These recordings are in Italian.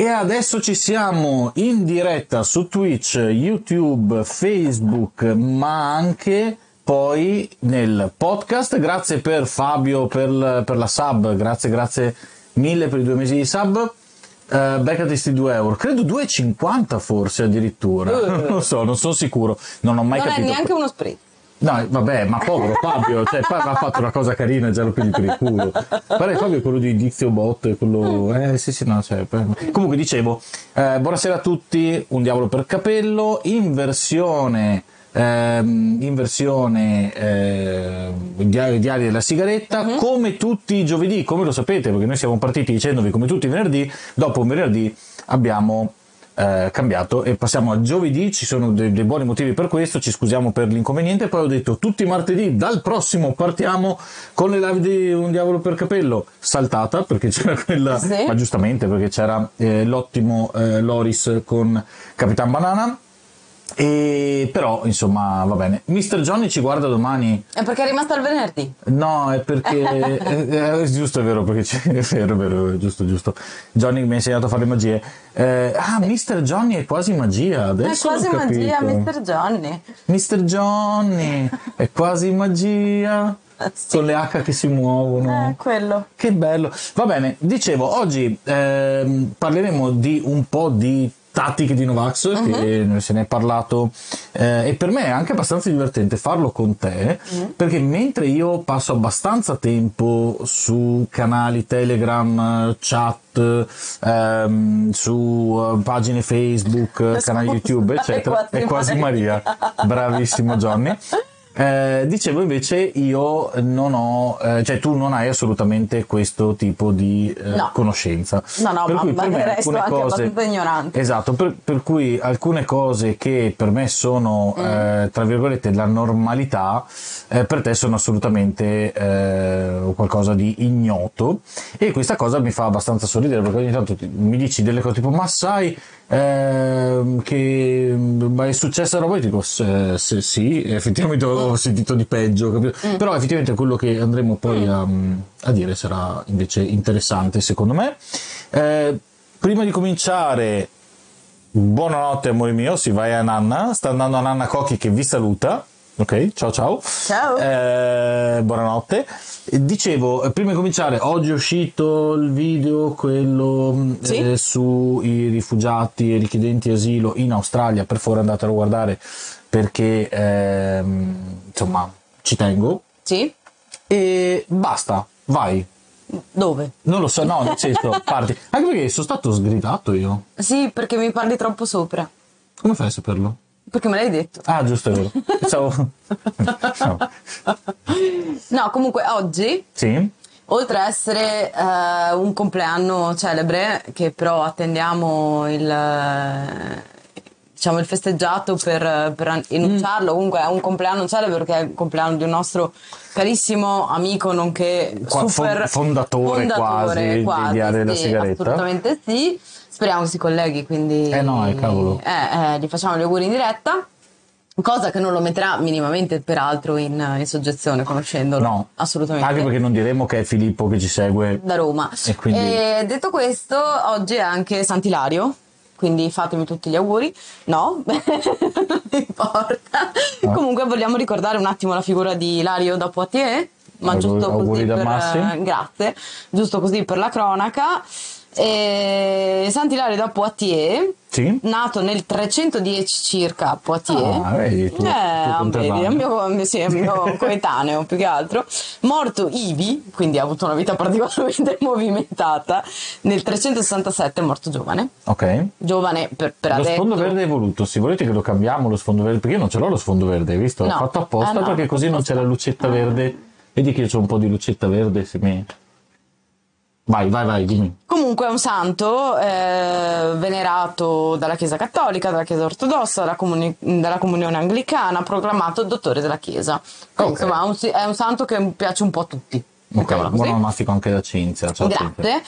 E adesso ci siamo in diretta su Twitch, YouTube, Facebook, ma anche poi nel podcast. Grazie per Fabio per la sub, grazie mille per i 2 mesi di sub. Beccati sti 2 euro, credo 2,50 forse addirittura, non lo so, non sono sicuro, non ho mai capito. Non è neanche uno spritz. No, vabbè, ma povero Fabio, cioè poi aveva fatto una cosa carina e già lo prendi per il culo. Pare Fabio è quello di Dizio Bot, quello... sì, no, cioè... Comunque dicevo, buonasera a tutti, Un Diavolo per Capello, in versione Diario della sigaretta, come tutti i giovedì, come lo sapete, perché noi siamo partiti dicendovi come tutti i venerdì, dopo un venerdì abbiamo... cambiato e passiamo a giovedì. Ci sono dei buoni motivi per questo, ci scusiamo per l'inconveniente. Poi ho detto tutti i martedì dal prossimo partiamo con le live di Un Diavolo per Capello, saltata perché c'era quella, sì. Ma giustamente perché c'era l'ottimo Loris con Capitan Banana. E però insomma va bene. Mr. Johnny ci guarda domani. È perché è rimasto il venerdì? No, è perché è giusto, è vero, perché è vero, giusto. Johnny mi ha insegnato a fare le magie. Mr. Johnny è quasi magia. Adesso è quasi magia, Mr. Johnny. Mr. Johnny è quasi magia. Sì. Con le H che si muovono. Quello. Che bello. Va bene, dicevo, oggi parleremo di un po' di tattiche di Novax, che se ne è parlato e per me è anche abbastanza divertente farlo con te, perché mentre io passo abbastanza tempo su canali Telegram, chat, su pagine Facebook, canali YouTube eccetera, è quasi Maria. Bravissimo Johnny. Dicevo invece io non ho, cioè tu non hai assolutamente quesro tipo di conoscenza. No, per cui ma per me resto alcune anche cose, abbastanza ignorante. Esatto, per cui alcune cose che per me sono tra virgolette la normalità, per te sono assolutamente qualcosa di ignoto, e questa cosa mi fa abbastanza sorridere, perché ogni tanto mi dici delle cose tipo ma sai che è successa roba, e dico sì, effettivamente ho sentito di peggio, capito? Però effettivamente quello che andremo poi a dire sarà invece interessante secondo me. Prima di cominciare, buonanotte amore mio, si vai a Nanna, sta andando a Nanna Cocchi che vi saluta. Ok, ciao. Buonanotte. Dicevo, prima di cominciare, oggi è uscito il video, quello sì? sui rifugiati e richiedenti asilo in Australia. Per favore andatelo a guardare, perché insomma ci tengo. Sì. E basta, vai. Dove? Non lo so, no, nel senso, parti. Anche perché sono stato sgridato io. Sì, perché mi parli troppo sopra. Come fai a saperlo? Perché me l'hai detto. Ah, giusto, è vero. Pensavo... No, comunque oggi, sì, oltre a essere un compleanno celebre, che però attendiamo il festeggiato per enunciarlo, comunque è un compleanno celebre perché è il compleanno di un nostro carissimo amico, nonché super fondatore quasi di Diario della Sigaretta. Assolutamente sì. Speriamo che si colleghi, quindi cavolo. Gli facciamo gli auguri in diretta, cosa che non lo metterà minimamente peraltro in soggezione, conoscendolo. No, assolutamente. Anche perché non diremo che è Filippo che ci segue da Roma. E quindi... detto questo, oggi è anche Sant'Ilario, quindi fatemi tutti gli auguri. No, non importa. No. Comunque vogliamo ricordare un attimo la figura di Ilario da Poitiers, ma giusto così grazie, giusto così per la cronaca. Sant'Ilario da Poitiers, sì? Nato nel 310 circa a Poitiers, vedi, è mio coetaneo più che altro, morto ivi, quindi ha avuto una vita particolarmente movimentata, nel 367 è morto giovane. Ok. Giovane per lo sfondo verde è voluto, se volete che lo cambiamo lo sfondo verde, perché io non ce l'ho lo sfondo verde, hai visto? L'ho fatto apposta perché così non c'è la lucetta verde, vedi che io c'ho un po' di lucetta verde, se mi... Vai, dimmi. Comunque è un santo venerato dalla Chiesa Cattolica, dalla Chiesa Ortodossa, dalla Comunione Anglicana, proclamato dottore della Chiesa. Quindi, insomma, è un santo che piace un po' a tutti. Ok, buon onomastico anche da Cinzia. Ciao, grazie.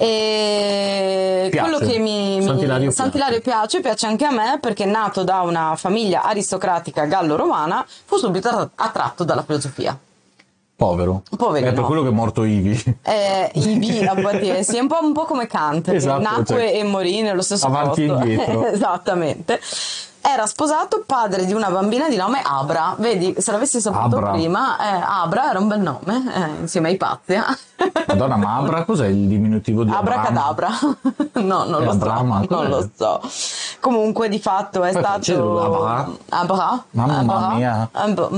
E quello che Sant'Ilario piace anche a me, perché nato da una famiglia aristocratica gallo-romana, fu subito attratto dalla filosofia. Povero. Poverino. È per quello che è morto Ivi. Ivi, sì, un po' come Kant, Esatto, che nacque e morì nello stesso avanti posto. e indietro. Esattamente. Era sposato, padre di una bambina di nome Abra. Vedi, se l'avessi saputo Abra. prima, Abra era un bel nome, insieme ai pazzi. Madonna, ma Abra cos'è il diminutivo di Abramo? Abracadabra. No, non lo Abrama, so. Non lo so. Comunque, di fatto è stato. Abra. Mamma mia.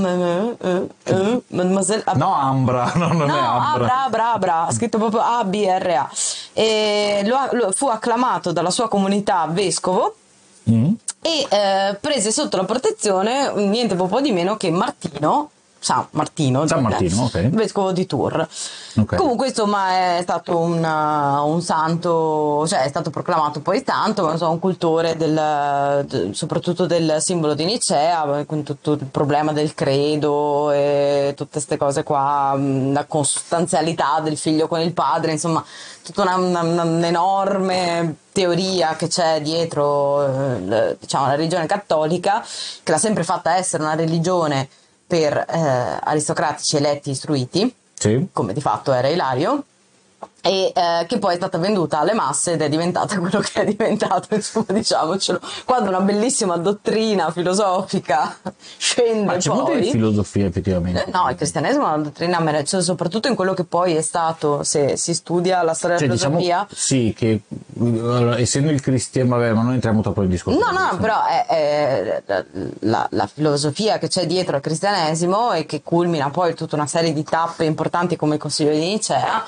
Mademoiselle Abra. No, Ambra, no, non No, è Ambra. Abra, scritto proprio Abra. E fu acclamato dalla sua comunità vescovo e prese sotto la protezione niente po' di meno che San Martino, ok. vescovo di Tours. Ok. Comunque, insomma, è stato un santo, cioè è stato proclamato poi santo, ma insomma, un cultore soprattutto del simbolo di Nicea, con tutto il problema del credo e tutte queste cose qua, la consustanzialità del figlio con il padre, insomma, tutta un'enorme teoria che c'è dietro, diciamo, la religione cattolica, che l'ha sempre fatta essere una religione per aristocratici eletti istruiti, Sì. come di fatto era Ilario, e che poi è stata venduta alle masse ed è diventata quello che è diventato, insomma, diciamocelo, quando una bellissima dottrina filosofica scende. Ma c'è molta di filosofia effettivamente. No, il cristianesimo è una dottrina, cioè, soprattutto in quello che poi è stato, se si studia la storia della filosofia. Diciamo, sì, che essendo il cristiano, vabbè, ma non entriamo troppo nel discorso. No, però è la filosofia che c'è dietro al cristianesimo e che culmina poi tutta una serie di tappe importanti come il Concilio di Nicea.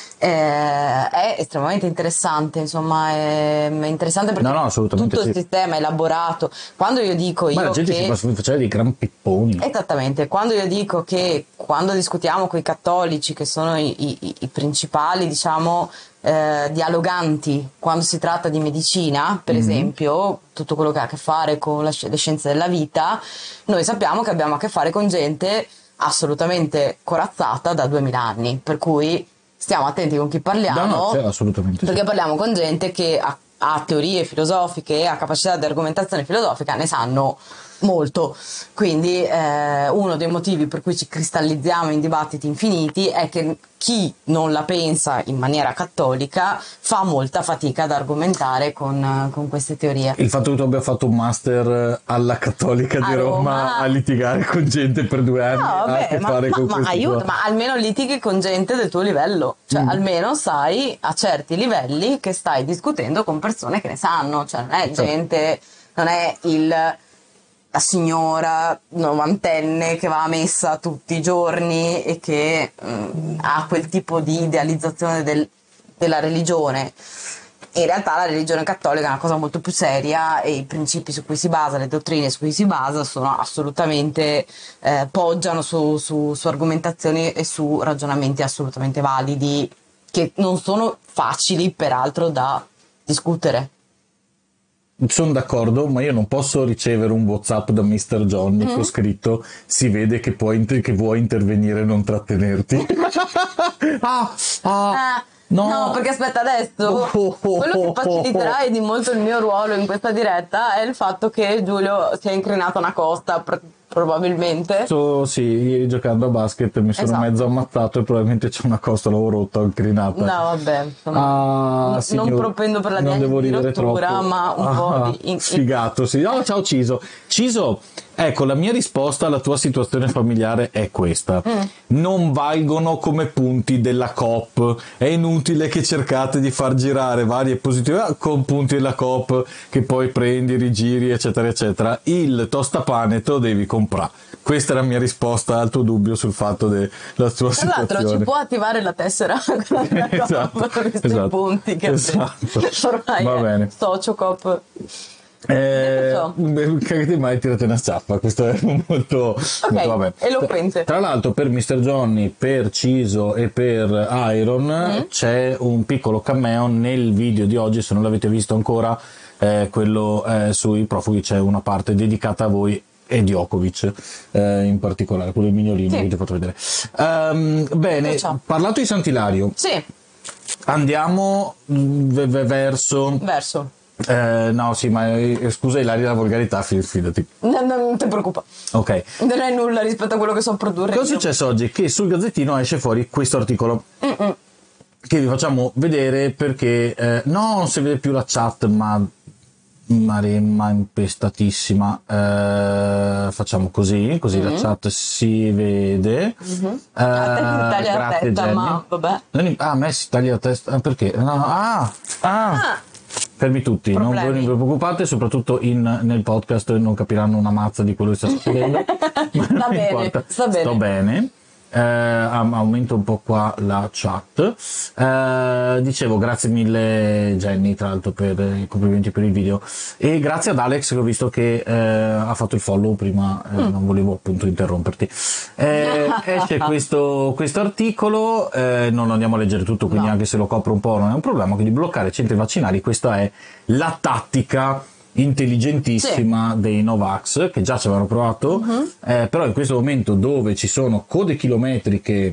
È estremamente interessante, insomma, è interessante perché assolutamente tutto il sistema è elaborato. Quando io dico ma la gente si fa facere dei gran pipponi. Esattamente, quando io dico che quando discutiamo con i cattolici, che sono i principali, diciamo, dialoganti quando si tratta di medicina, per esempio, tutto quello che ha a che fare con le scienze della vita, noi sappiamo che abbiamo a che fare con gente assolutamente corazzata da 2000 anni, per cui stiamo attenti con chi parliamo, Cioè, assolutamente perché sì. parliamo con gente che ha teorie filosofiche, ha capacità di argomentazione filosofica, ne sanno molto. Quindi uno dei motivi per cui ci cristallizziamo in dibattiti infiniti è che chi non la pensa in maniera cattolica fa molta fatica ad argomentare con queste teorie. Il fatto che tu abbia fatto un master alla Cattolica di Roma a litigare con gente per 2 anni ha a che fare con questo. Aiuta, ma almeno litighi con gente del tuo livello, cioè almeno sai a certi livelli che stai discutendo con persone che ne sanno, cioè non è gente, non è la signora novantenne che va a messa tutti i giorni e che ha quel tipo di idealizzazione della religione. In realtà la religione cattolica è una cosa molto più seria e i principi su cui si basa, le dottrine su cui si basa sono assolutamente, poggiano su argomentazioni e su ragionamenti assolutamente validi, che non sono facili peraltro da discutere. Sono d'accordo, ma io non posso ricevere un WhatsApp da Mr. Johnny che ho scritto: si vede che vuoi intervenire e non trattenerti. No, perché aspetta, adesso quello che faciliterà di molto il mio ruolo in questa diretta è il fatto che Giulio si è incrinato una costa, probabilmente. Sì, ieri giocando a basket mi sono mezzo ammazzato e probabilmente c'è una costola rotta o incrinata. No, vabbè, insomma, non propendo per la diagnosi di rottura, ma un po' di... Sfigato, sì. Oh, ciao Ciso. Ciso, ecco, la mia risposta alla tua situazione familiare è questa. Non valgono come punti della COP. È inutile che cercate di far girare varie positive con punti della COP che poi prendi, rigiri, eccetera, eccetera. Il tostapane te lo devi comprare. Questa è la mia risposta al tuo dubbio sul fatto della tua situazione. Tra l'altro ci può attivare la tessera per questi punti che ormai va bene. Socio COP. Cagate mai, tirate una sciappa. Questo è molto vabbè. Eloquente. Tra l'altro, per Mr. Johnny, per Ciso e per Iron c'è un piccolo cameo nel video di oggi. Se non l'avete visto ancora, quello sui profughi, c'è una parte dedicata a voi e Djokovic in particolare, quello del mignolino che ti ho fatto vedere. Bene, parlato di Sant'Ilario, sì, andiamo verso No, sì, ma scusa Ilaria la volgarità, fidati. Non ti preoccupa. Ok. Non è nulla rispetto a quello che so produrre. Cosa è successo oggi? Che sul Gazzettino esce fuori questo articolo. Che vi facciamo vedere perché no, non si vede più la chat, ma Maremma impestatissima. Facciamo così la chat si vede. Taglia la Grazie testa, Jenny. ma vabbè. A me si taglia la testa perché? No, fermi tutti, non Problemi. vi preoccupate, soprattutto nel podcast non capiranno una mazza di quello che sta succedendo. Sta bene, sta bene. Sto bene. Aumento un po' qua la chat. Dicevo grazie mille Jenny tra l'altro per i complimenti per il video e grazie ad Alex che ho visto che ha fatto il follow prima, non volevo appunto interromperti. Esce questo articolo, non lo andiamo a leggere tutto, quindi No. anche se lo copro un po' non è un problema, quindi bloccare centri vaccinali, questa è la tattica intelligentissima dei Novax che già ci avevano provato, però in questo momento dove ci sono code chilometriche,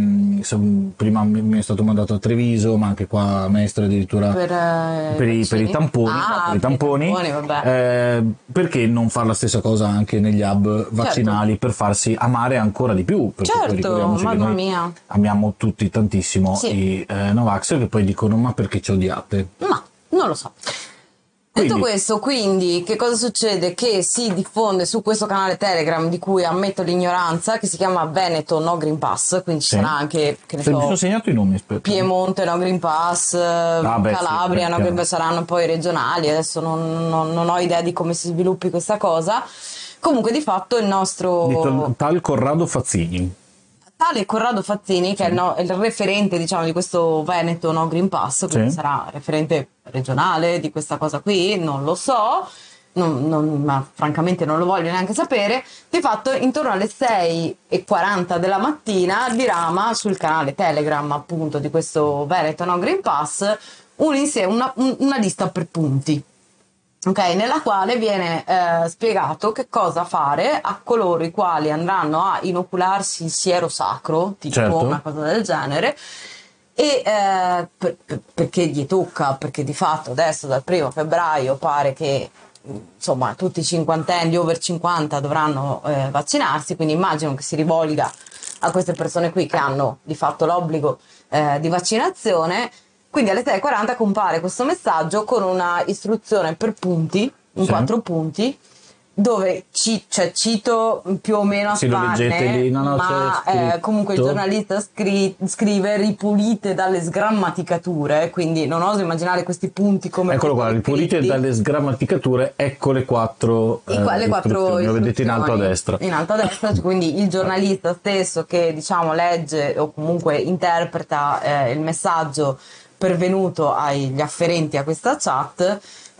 prima mi è stato mandato a Treviso, ma anche qua a Mestre addirittura per i tamponi, per i tamponi, vabbè. perché non fare la stessa cosa anche negli hub vaccinali per farsi amare ancora di più, perché poi ricordiamoci che mamma noi mia. amiamo tutti tantissimo Sì. i Novax che poi dicono ma perché ci odiate? Ma non lo so. Detto Quindi- questo, quindi, che cosa succede? Che si diffonde su questo canale Telegram di cui ammetto l'ignoranza, che si chiama Veneto No Green Pass, quindi ci Sì. sarà anche, che ne Se mi sono so, segnato i nomi, aspetta. Piemonte No Green Pass, beh, sì, Calabria No chiaro. Green Pass, saranno poi regionali, adesso non ho idea di come si sviluppi questa cosa. Comunque di fatto il nostro... Tal Corrado Fazzini. Tale Corrado Fazzini, che è il referente, diciamo, di questo Veneto No Green Pass, quindi Sì. sarà referente regionale di questa cosa qui, non lo so, ma francamente non lo voglio neanche sapere. Di fatto, intorno alle 6:40 della mattina dirama sul canale Telegram, appunto, di questo Veneto No Green Pass una lista per punti. Ok, nella quale viene spiegato che cosa fare a coloro i quali andranno a inocularsi il siero sacro, tipo Certo. una cosa del genere, e perché gli tocca, perché di fatto adesso dal 1 febbraio pare che insomma tutti i cinquantenni, over 50 dovranno vaccinarsi, quindi immagino che si rivolga a queste persone qui che hanno di fatto l'obbligo di vaccinazione. Quindi alle 6:40 compare questo messaggio con una istruzione per punti, in Sì. 4 punti, dove cito più o meno a Sì, lo leggete spanne, lì, no, ma c'è scritto. comunque il giornalista scrive ripulite dalle sgrammaticature, quindi non oso immaginare questi punti come... Eccolo qua, ripulite scritti. dalle sgrammaticature, ecco le 4 Le 4 lo vedete in alto a istruzioni. destra. In alto a destra, quindi il giornalista stesso che diciamo legge o comunque interpreta il messaggio pervenuto agli afferenti a questa chat,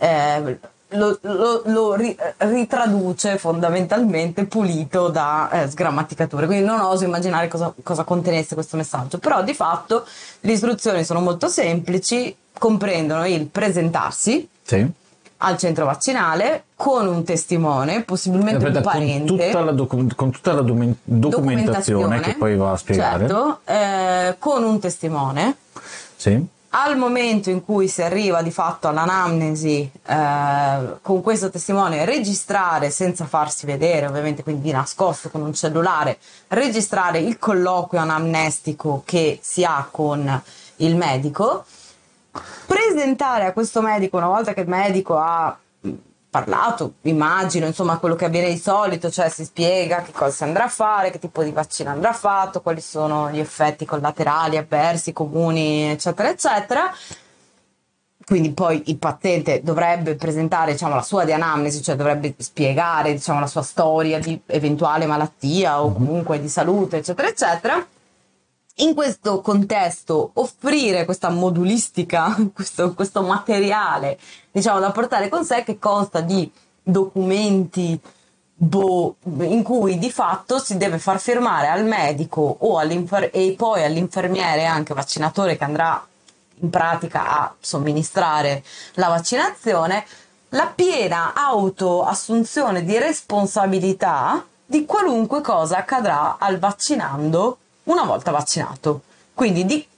lo ritraduce fondamentalmente pulito da sgrammaticature, quindi non oso immaginare cosa contenesse questo messaggio, però di fatto le istruzioni sono molto semplici, comprendono il presentarsi Sì. al centro vaccinale con un testimone, possibilmente un parente, con tutta la documentazione che poi va a spiegare. certo, con un testimone. Sì. Al momento in cui si arriva di fatto all'anamnesi, con questo testimone registrare senza farsi vedere, ovviamente, quindi di nascosto con un cellulare, registrare il colloquio anamnestico che si ha con il medico, presentare a questo medico, una volta che il medico ha parlato, immagino, insomma, quello che avviene di solito, cioè si spiega che cosa si andrà a fare, che tipo di vaccino andrà fatto, quali sono gli effetti collaterali, avversi, comuni, eccetera, eccetera. Quindi poi il paziente dovrebbe presentare, diciamo, la sua dianamnesi, cioè dovrebbe spiegare, diciamo, la sua storia di eventuale malattia o comunque di salute, eccetera, eccetera. In questo contesto offrire questa modulistica, questo materiale, diciamo, da portare con sé, che consta di documenti in cui di fatto si deve far firmare al medico o e poi all'infermiere anche vaccinatore che andrà in pratica a somministrare la vaccinazione, la piena autoassunzione di responsabilità di qualunque cosa accadrà al vaccinando una volta vaccinato. Quindi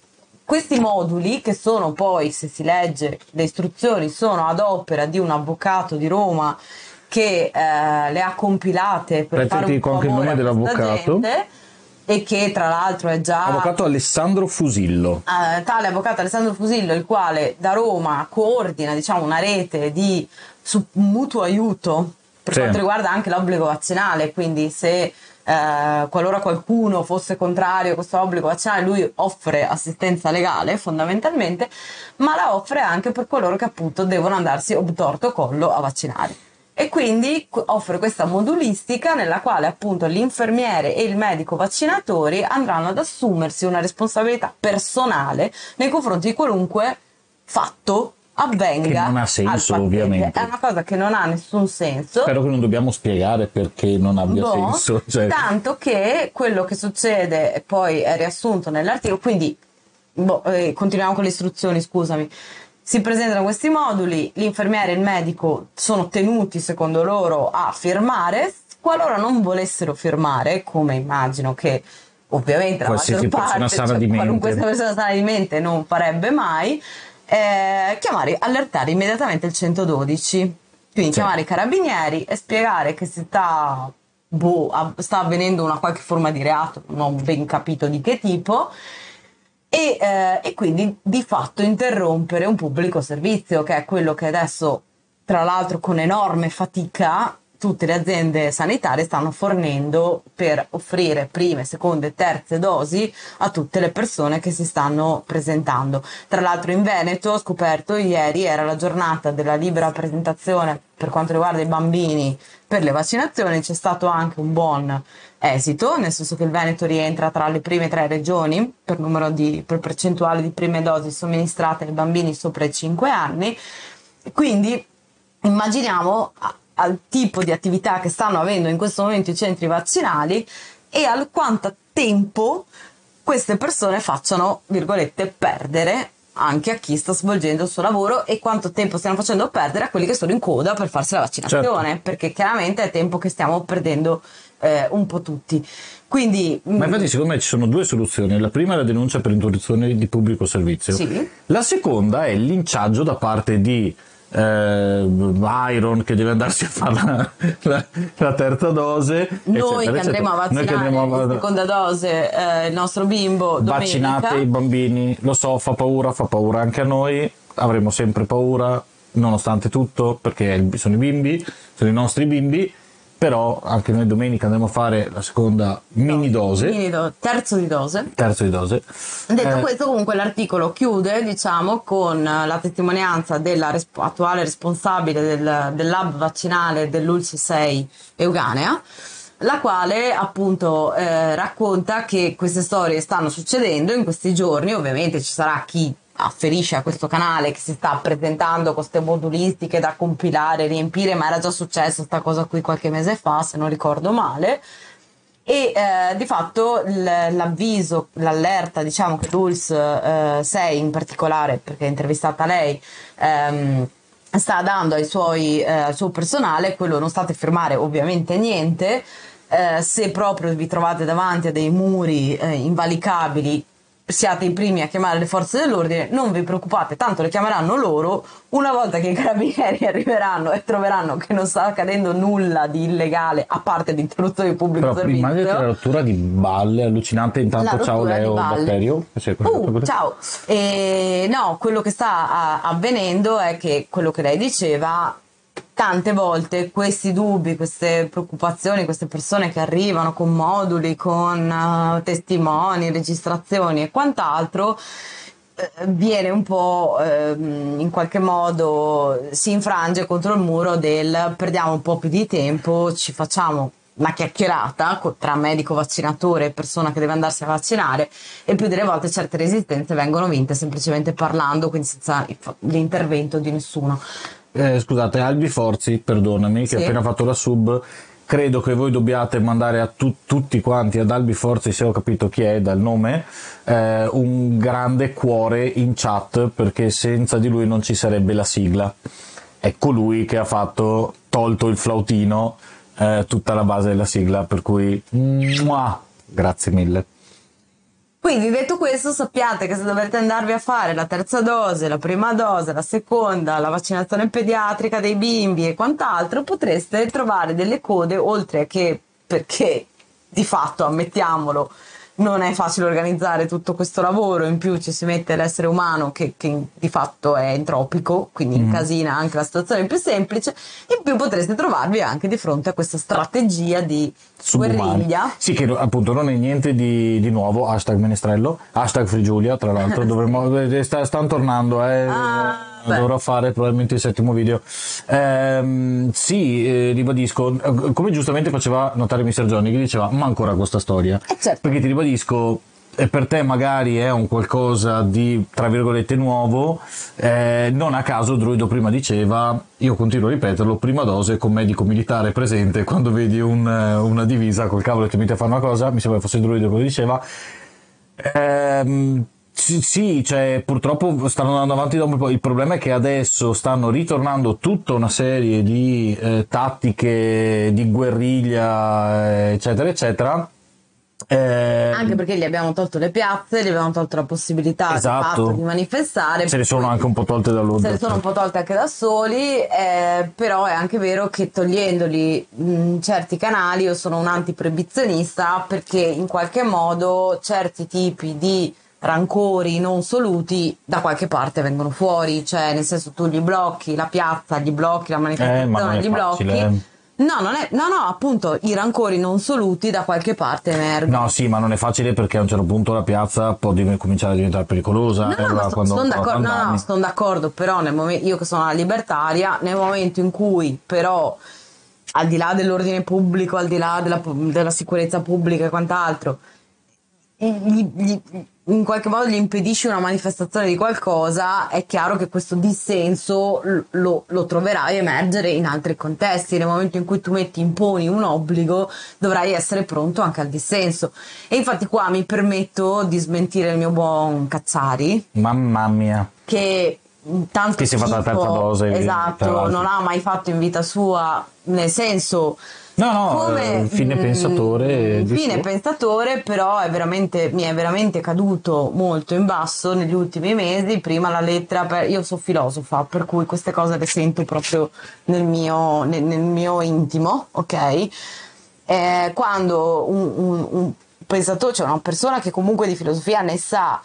questi moduli, che sono poi, se si legge le istruzioni, sono ad opera di un avvocato di Roma che le ha compilate per fare un anche il nome dell'avvocato, e che tra l'altro è già avvocato Alessandro Fusillo, tale avvocato Alessandro Fusillo, il quale da Roma coordina, diciamo, una rete di mutuo aiuto per quanto riguarda anche l'obbligo vaccinale, quindi se qualora qualcuno fosse contrario a questo obbligo vaccinale, lui offre assistenza legale fondamentalmente, ma la offre anche per coloro che appunto devono andarsi obtorto collo a vaccinare. E quindi offre questa modulistica nella quale appunto l'infermiere e il medico vaccinatori andranno ad assumersi una responsabilità personale nei confronti di qualunque fatto avvenga. Che non ha senso, ovviamente. È una cosa che non ha nessun senso. Spero che non dobbiamo spiegare perché non abbia senso. Cioè. Tanto che quello che succede poi è riassunto nell'articolo, quindi continuiamo con le istruzioni, scusami. Si presentano questi moduli, l'infermiere e il medico sono tenuti, secondo loro, a firmare. Qualora non volessero firmare, come immagino che ovviamente la maggior parte, qualunque persona sana di mente non farebbe mai, allertare immediatamente il 112. Quindi chiamare i carabinieri e spiegare che si sta avvenendo una qualche forma di reato, non ho ben capito di che tipo, e quindi di fatto interrompere un pubblico servizio, che è quello che adesso, tra l'altro con enorme fatica, tutte le aziende sanitarie stanno fornendo per offrire prime, seconde e terze dosi a tutte le persone che si stanno presentando. Tra l'altro in Veneto, ho scoperto ieri, era la giornata della libera presentazione per quanto riguarda i bambini per le vaccinazioni. C'è stato anche un buon esito, nel senso che il Veneto rientra tra le prime 3 regioni per percentuale di prime dosi somministrate ai bambini sopra i 5 anni. Quindi immaginiamo al tipo di attività che stanno avendo in questo momento i centri vaccinali e al quanto tempo queste persone facciano, virgolette, perdere anche a chi sta svolgendo il suo lavoro, e quanto tempo stiamo facendo perdere a quelli che sono in coda per farsi la vaccinazione, certo. Perché chiaramente è tempo che stiamo perdendo un po' tutti. Quindi, ma infatti secondo me ci sono 2 soluzioni. La prima è la denuncia per interruzione di pubblico servizio, sì. La seconda è il linciaggio da parte di Byron, che deve andarsi a fare la terza dose, noi che andremo a vaccinare la seconda dose il nostro bimbo domenica. Vaccinate i bambini, lo so, fa paura anche a noi, avremo sempre paura nonostante tutto, perché sono i bimbi, sono i nostri bimbi. Però anche noi domenica andremo a fare la seconda mini dose. Terzo di dose. Detto questo, comunque l'articolo chiude, diciamo, con la testimonianza della attuale responsabile del lab vaccinale dell'ULSS 6 Euganea, la quale appunto racconta che queste storie stanno succedendo in questi giorni. Ovviamente ci sarà chi afferisce a questo canale che si sta presentando con queste modulistiche da compilare, riempire, ma era già successo sta cosa qui qualche mese fa, se non ricordo male, e di fatto l'avviso, l'allerta, diciamo, che l'ULSS 6 in particolare, perché è intervistata lei, sta dando al suo personale, quello: non state a firmare ovviamente niente, se proprio vi trovate davanti a dei muri invalicabili, siate i primi a chiamare le forze dell'ordine, non vi preoccupate, tanto le chiameranno loro. Una volta che i carabinieri arriveranno e troveranno che non sta accadendo nulla di illegale, a parte l'interruzione di pubblico servizio. Immaginate la rottura di balle allucinante. Intanto ciao Leo Batterio. Ciao. No, quello che sta avvenendo è che, quello che lei diceva, tante volte questi dubbi, queste preoccupazioni, queste persone che arrivano con moduli, con testimoni, registrazioni e quant'altro, viene un po' in qualche modo si infrange contro il muro del perdiamo un po' più di tempo, ci facciamo una chiacchierata tra medico vaccinatore e persona che deve andarsi a vaccinare, e più delle volte certe resistenze vengono vinte semplicemente parlando, quindi senza l'intervento di nessuno. Scusate, Albi Forzi, perdonami, che ha appena fatto la sub. Credo che voi dobbiate mandare a tutti quanti ad Albi Forzi, se ho capito chi è dal nome, un grande cuore in chat, perché senza di lui non ci sarebbe la sigla. È colui che ha tolto il flautino, tutta la base della sigla, per cui grazie mille. Quindi detto questo, sappiate che se dovete andarvi a fare la terza dose, la prima dose, la seconda, la vaccinazione pediatrica dei bimbi e quant'altro, potreste trovare delle code, oltre che perché di fatto, ammettiamolo, non è facile organizzare tutto questo lavoro, in più ci si mette l'essere umano che di fatto è entropico, quindi incasina anche la situazione più semplice, in più potreste trovarvi anche di fronte a questa strategia di guerriglia. Sì, che appunto non è niente di nuovo, hashtag menestrello, hashtag FreeGiulia, tra l'altro, stanno tornando, dovrò fare probabilmente il 7° video. Ribadisco, come giustamente faceva notare Mr. Johnny, che diceva, ma ancora questa storia? Certo. Perché ti ribadisco, per te magari è un qualcosa di, tra virgolette, nuovo, non a caso Druido prima diceva, io continuo a ripeterlo, prima dose con medico militare presente, quando vedi una divisa col cavolo e ti metti a fare una cosa, mi sembra fosse Druido che lo diceva. Sì, cioè purtroppo stanno andando avanti da un po'. Il problema è che adesso stanno ritornando tutta una serie di tattiche di guerriglia, eccetera, eccetera. Anche perché gli abbiamo tolto le piazze, gli abbiamo tolto la possibilità di fatto di manifestare. Se ne sono anche un po' tolte da loro. Se ne sono un po' tolte anche da soli, però è anche vero che togliendoli certi canali, io sono un antiproibizionista, perché in qualche modo certi tipi di rancori non soluti da qualche parte vengono fuori, cioè nel senso tu gli blocchi la piazza, gli blocchi la manifestazione, gli blocchi. No, appunto i rancori non soluti da qualche parte emergono. No, sì, ma non è facile perché a un certo punto la piazza può cominciare a diventare pericolosa. Sono d'accordo, però io che sono una libertaria, nel momento in cui però, al di là dell'ordine pubblico, al di là della sicurezza pubblica e quant'altro, in qualche modo gli impedisci una manifestazione di qualcosa, è chiaro che questo dissenso lo troverai emergere in altri contesti. Nel momento in cui tu imponi un obbligo, dovrai essere pronto anche al dissenso. E infatti qua mi permetto di smentire il mio buon Cazzari, mamma mia, che tanto che si è fatta la terza dose, esatto, non ha mai fatto in vita sua, nel senso come fine pensatore, però mi è veramente caduto molto in basso negli ultimi mesi. Prima la lettera, io sono filosofa, per cui queste cose le sento proprio nel mio intimo, ok? Quando un pensatore, cioè una persona che comunque di filosofia ne sa,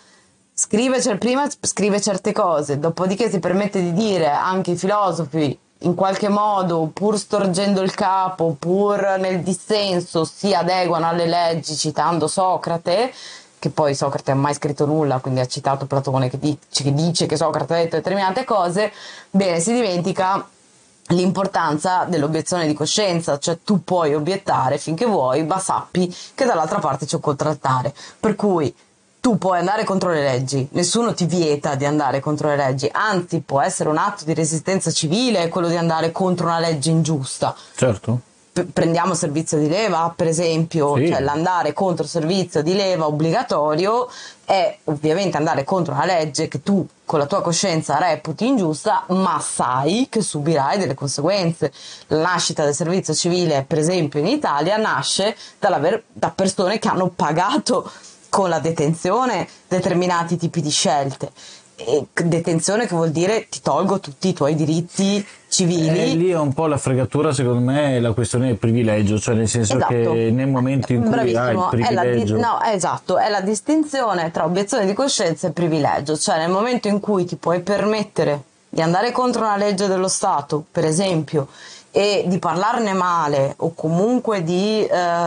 prima scrive certe cose, dopodiché si permette di dire anche i filosofi in qualche modo, pur storgendo il capo, pur nel dissenso, si adeguano alle leggi, citando Socrate, che poi Socrate non ha mai scritto nulla, quindi ha citato Platone che dice che Socrate ha detto determinate cose. Bene, si dimentica l'importanza dell'obiezione di coscienza, cioè tu puoi obiettare finché vuoi, ma sappi che dall'altra parte c'è un contraltare, per cui tu puoi andare contro le leggi, nessuno ti vieta di andare contro le leggi, anzi può essere un atto di resistenza civile quello di andare contro una legge ingiusta. Certo. Prendiamo servizio di leva, per esempio, sì. Cioè l'andare contro il servizio di leva obbligatorio è ovviamente andare contro una legge che tu con la tua coscienza reputi ingiusta, ma sai che subirai delle conseguenze. La nascita del servizio civile, per esempio in Italia, nasce da persone che hanno pagato con la detenzione determinati tipi di scelte. E detenzione che vuol dire ti tolgo tutti i tuoi diritti civili. Lì è un po' la fregatura, secondo me, è la questione del privilegio, cioè nel senso che nel momento in cui hai il privilegio... è la distinzione tra obiezione di coscienza e privilegio, cioè nel momento in cui ti puoi permettere di andare contro una legge dello Stato, per esempio, e di parlarne male o comunque di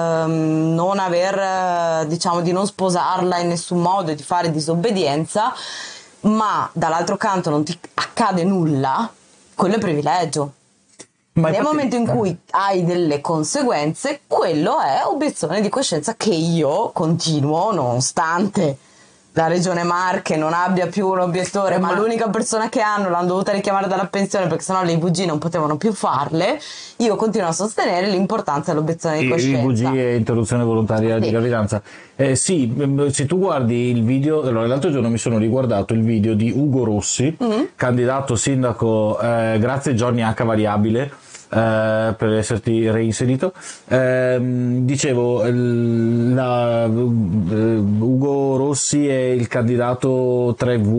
non aver, di non sposarla in nessun modo e di fare disobbedienza, ma dall'altro canto non ti accade nulla, quello è privilegio. Nel momento in cui hai delle conseguenze, quello è obiezione di coscienza, che io continuo, nonostante la regione Marche non abbia più un obiettore, ma l'unica persona che hanno l'hanno dovuta richiamare dalla pensione perché sennò le IVG non potevano più farle. Io continuo a sostenere l'importanza dell'obiezione di coscienza. IVG e interruzione volontaria di gravidanza. Sì, se tu guardi il video, allora l'altro giorno mi sono riguardato il video di Ugo Rossi, candidato sindaco grazie Johnny H variabile, per esserti reinserito. Dicevo, Ugo Rossi è il candidato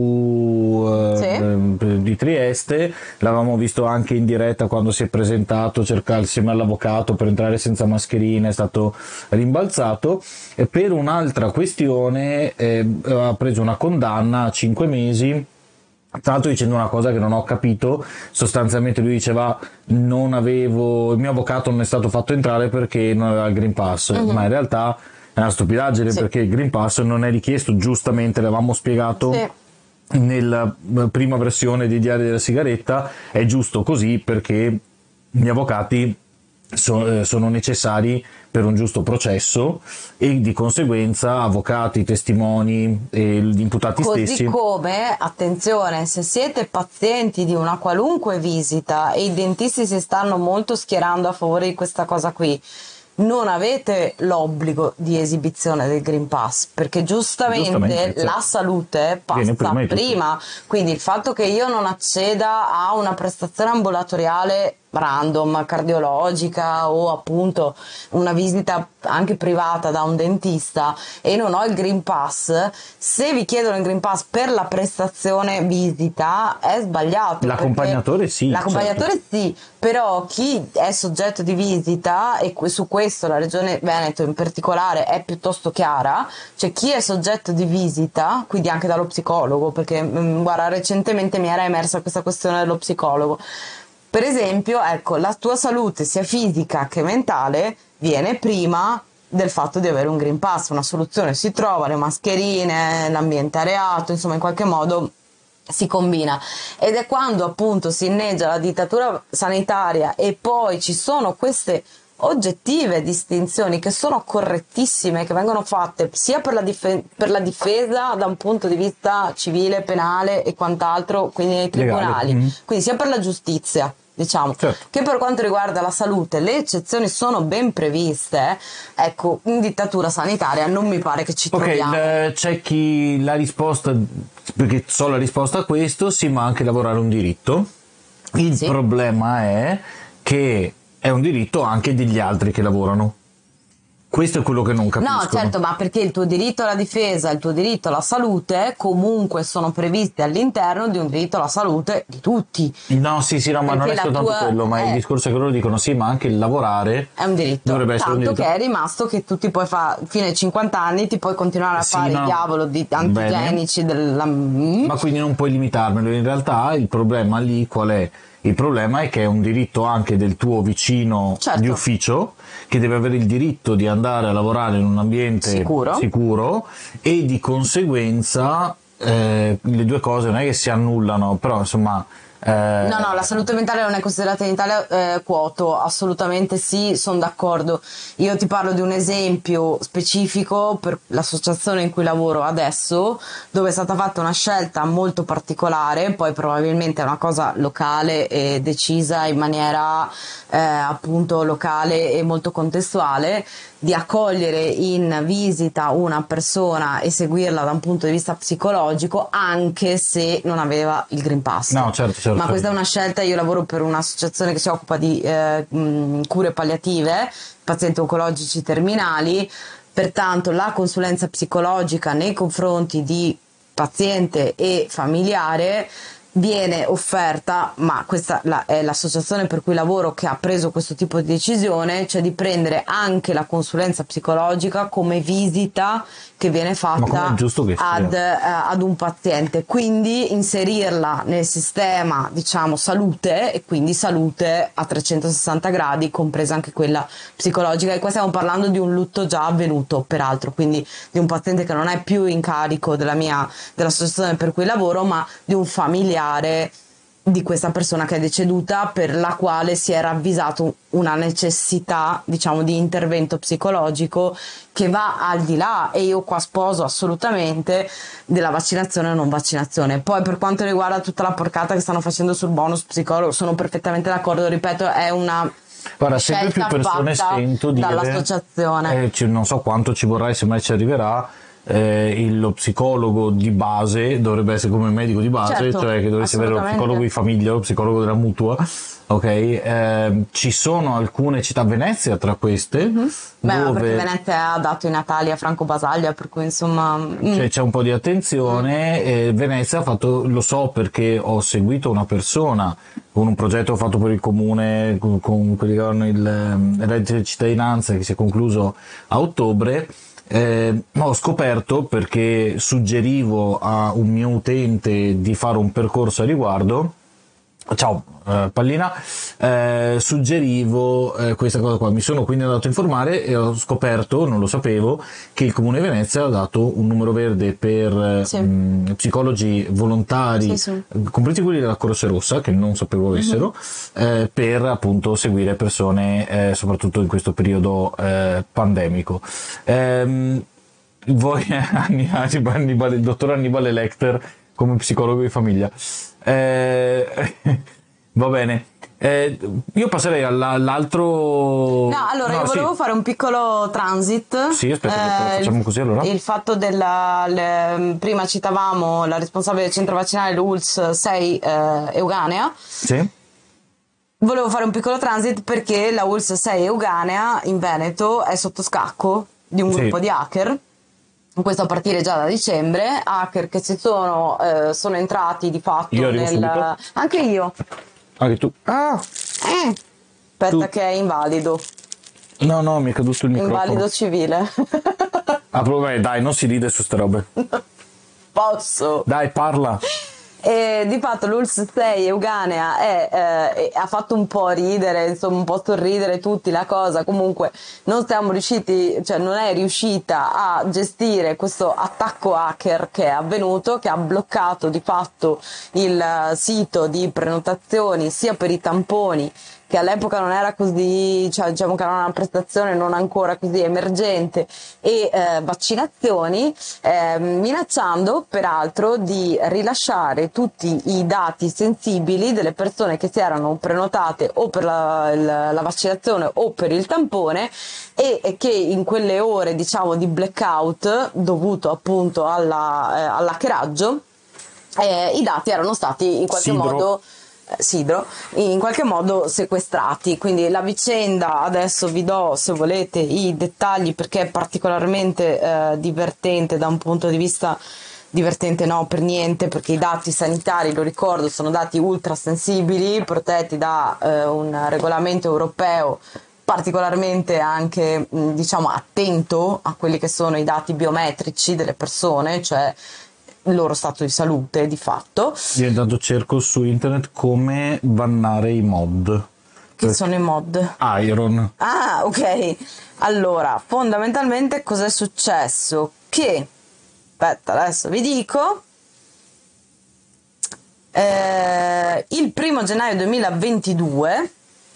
3V di Trieste, l'avevamo visto anche in diretta quando si è presentato insieme all'avvocato per entrare senza mascherina, è stato rimbalzato, e per un'altra questione ha preso una condanna a 5 mesi. Tra l'altro dicendo una cosa che non ho capito, sostanzialmente lui diceva il mio avvocato non è stato fatto entrare perché non aveva il Green Pass, ma in realtà è una stupidaggine, perché il Green Pass non è richiesto, giustamente l'avevamo spiegato nella prima versione di Diario della Sigaretta, è giusto così perché gli avvocati sono necessari per un giusto processo e di conseguenza avvocati, testimoni e gli imputati stessi. Così come, attenzione, se siete pazienti di una qualunque visita e i dentisti si stanno molto schierando a favore di questa cosa qui, non avete l'obbligo di esibizione del Green Pass, perché giustamente la salute passa prima. Quindi il fatto che io non acceda a una prestazione ambulatoriale random, cardiologica o appunto una visita anche privata da un dentista e non ho il Green Pass, se vi chiedono il Green Pass per la prestazione visita è sbagliato. L'accompagnatore sì, però chi è soggetto di visita, e su questo la Regione Veneto in particolare è piuttosto chiara, cioè chi è soggetto di visita, quindi anche dallo psicologo, perché guarda, recentemente mi era emersa questa questione dello psicologo. Per esempio, ecco, la tua salute sia fisica che mentale viene prima del fatto di avere un Green Pass. Una soluzione si trova, le mascherine, l'ambiente areato, insomma in qualche modo si combina, ed è quando appunto si inneggia la dittatura sanitaria e poi ci sono queste oggettive distinzioni che sono correttissime, che vengono fatte sia per la difesa da un punto di vista civile, penale e quant'altro, quindi nei tribunali, quindi sia per la giustizia, diciamo, che per quanto riguarda la salute le eccezioni sono ben previste. Ecco, in dittatura sanitaria non mi pare che ci troviamo. C'è chi la risposta, perché so la risposta a questo, sì, ma anche lavorare è un diritto. Il problema è che è un diritto anche degli altri che lavorano. Questo è quello che non capisco. No, certo, ma perché il tuo diritto alla difesa e il tuo diritto alla salute comunque sono previsti all'interno di un diritto alla salute di tutti. No, no, ma non è soltanto quello, ma il discorso è che loro dicono sì, ma anche il lavorare è un diritto. Dovrebbe essere un diritto. Che è rimasto che tu ti puoi fare fino ai 50 anni, ti puoi continuare a fare il diavolo di antigenici ma quindi non puoi limitarmelo. In realtà il problema lì qual è? Il problema è che è un diritto anche del tuo vicino di ufficio, che deve avere il diritto di andare a lavorare in un ambiente sicuro e di conseguenza le due cose non è che si annullano, però insomma... No, la salute mentale non è considerata in Italia quoto, assolutamente sì, sono d'accordo. Io ti parlo di un esempio specifico per l'associazione in cui lavoro adesso, dove è stata fatta una scelta molto particolare, poi probabilmente è una cosa locale e decisa in maniera appunto locale e molto contestuale, di accogliere in visita una persona e seguirla da un punto di vista psicologico anche se non aveva il Green Pass. No, certo. Ma questa è una scelta. Io lavoro per un'associazione che si occupa di cure palliative, pazienti oncologici terminali, pertanto la consulenza psicologica nei confronti di paziente e familiare viene offerta, ma questa è l'associazione per cui lavoro che ha preso questo tipo di decisione, cioè di prendere anche la consulenza psicologica come visita che viene fatta ad un paziente, quindi inserirla nel sistema, diciamo, salute, e quindi salute a 360 gradi, compresa anche quella psicologica. E qua stiamo parlando di un lutto già avvenuto, peraltro, quindi di un paziente che non è più in carico dell'associazione per cui lavoro, ma di un familiare di questa persona che è deceduta, per la quale si è ravvisato una necessità, diciamo, di intervento psicologico che va al di là, e io qua sposo assolutamente, della vaccinazione o non vaccinazione. Poi per quanto riguarda tutta la porcata che stanno facendo sul bonus psicologo, sono perfettamente d'accordo, ripeto, è una sempre più persone sento dire dall'associazione. Non so quanto ci vorrà e se mai ci arriverà, lo psicologo di base dovrebbe essere come il medico di base, Certo, cioè che dovresti avere lo psicologo di famiglia, lo psicologo della mutua, ok? Ci sono alcune città, Venezia tra queste, Beh, ma dove perché Venezia ha dato i natali a Franco Basaglia, per cui insomma... c'è un po' di attenzione. Venezia ha fatto, lo so perché ho seguito una persona con un progetto fatto per il comune con quelli che avevano il reddito di cittadinanza che si è concluso a ottobre. Ho scoperto, perché suggerivo a un mio utente di fare un percorso a riguardo, ciao Pallina, suggerivo questa cosa qua. Mi sono quindi andato a informare e ho scoperto, non lo sapevo, che il Comune di Venezia ha dato un numero verde per psicologi volontari, compresi quelli della Croce Rossa, che non sapevo avessero, per appunto seguire persone soprattutto in questo periodo pandemico. Voi il dottor Annibale Lecter come psicologo di famiglia. Va bene. Io passerei all'altro. No, allora io volevo fare un piccolo transit. Sì, aspetta, facciamo così allora. Il fatto prima citavamo la responsabile del centro vaccinale, l'ULSS 6 Euganea. Sì. Volevo fare un piccolo transit perché la ULSS 6 Euganea in Veneto è sotto scacco di un gruppo di hacker. Questo a partire già da dicembre, hacker che sono entrati di fatto subito. Anche io. Anche tu. Aspetta che è invalido. No, mi è caduto il microfono. Invalido civile. Vabbè, dai, non si ride su ste robe. Posso. Dai, parla. E di fatto l'ULSS 6 Euganea ha fatto un po' ridere, insomma un po' sorridere tutti la cosa. Comunque non siamo riusciti, cioè non è riuscita a gestire questo attacco hacker che è avvenuto, che ha bloccato di fatto il sito di prenotazioni sia per i tamponi, che all'epoca non era così, cioè diciamo che era una prestazione non ancora così emergente, e vaccinazioni, minacciando peraltro di rilasciare tutti i dati sensibili delle persone che si erano prenotate o per la vaccinazione o per il tampone, e che in quelle ore diciamo di blackout dovuto appunto all'hackeraggio i dati erano stati in qualche modo in qualche modo sequestrati. Quindi la vicenda, adesso vi do se volete i dettagli perché è particolarmente divertente da un punto di vista divertente, no, per niente, perché i dati sanitari, lo ricordo, sono dati ultra sensibili, protetti da un regolamento europeo particolarmente anche diciamo attento a quelli che sono i dati biometrici delle persone, cioè il loro stato di salute di fatto. Io intanto cerco su internet come bannare i mod. Che sono i mod? Iron. Ah, ok. Allora, fondamentalmente cos'è successo? Che, aspetta, adesso vi dico, il 1° gennaio 2022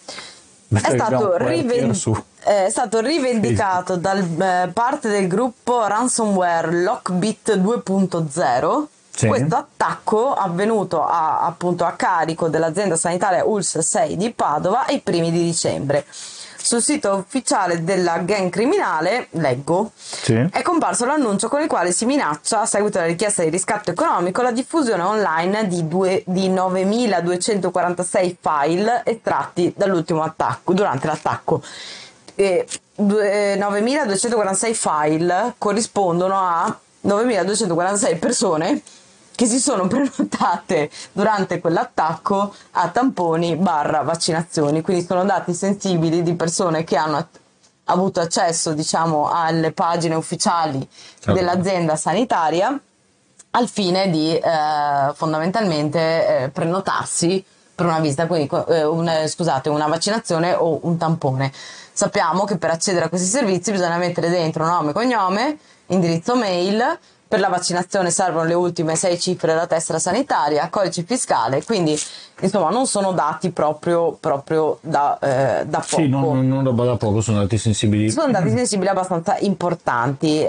è stato rivendicato da parte del gruppo ransomware Lockbit 2.0. Sì. Questo attacco avvenuto appunto a carico dell'azienda sanitaria ULSS 6 di Padova ai primi di dicembre. Sul sito ufficiale della gang criminale, leggo, è comparso l'annuncio con il quale si minaccia, a seguito della richiesta di riscatto economico, la diffusione online di 9.246 file estratti dall'ultimo attacco, durante l'attacco. 9.246 file corrispondono a 9.246 persone che si sono prenotate durante quell'attacco a tamponi / vaccinazioni, quindi sono dati sensibili di persone che hanno avuto accesso, diciamo, alle pagine ufficiali dell'azienda sanitaria al fine di fondamentalmente prenotarsi per una visita, quindi una vaccinazione o un tampone. Sappiamo che per accedere a questi servizi bisogna mettere dentro nome, cognome, indirizzo mail. Per la vaccinazione servono le ultime 6 cifre della tessera sanitaria, codice fiscale, quindi insomma non sono dati proprio da poco. Sì, non da poco, sono dati sensibili. Sono dati sensibili abbastanza importanti.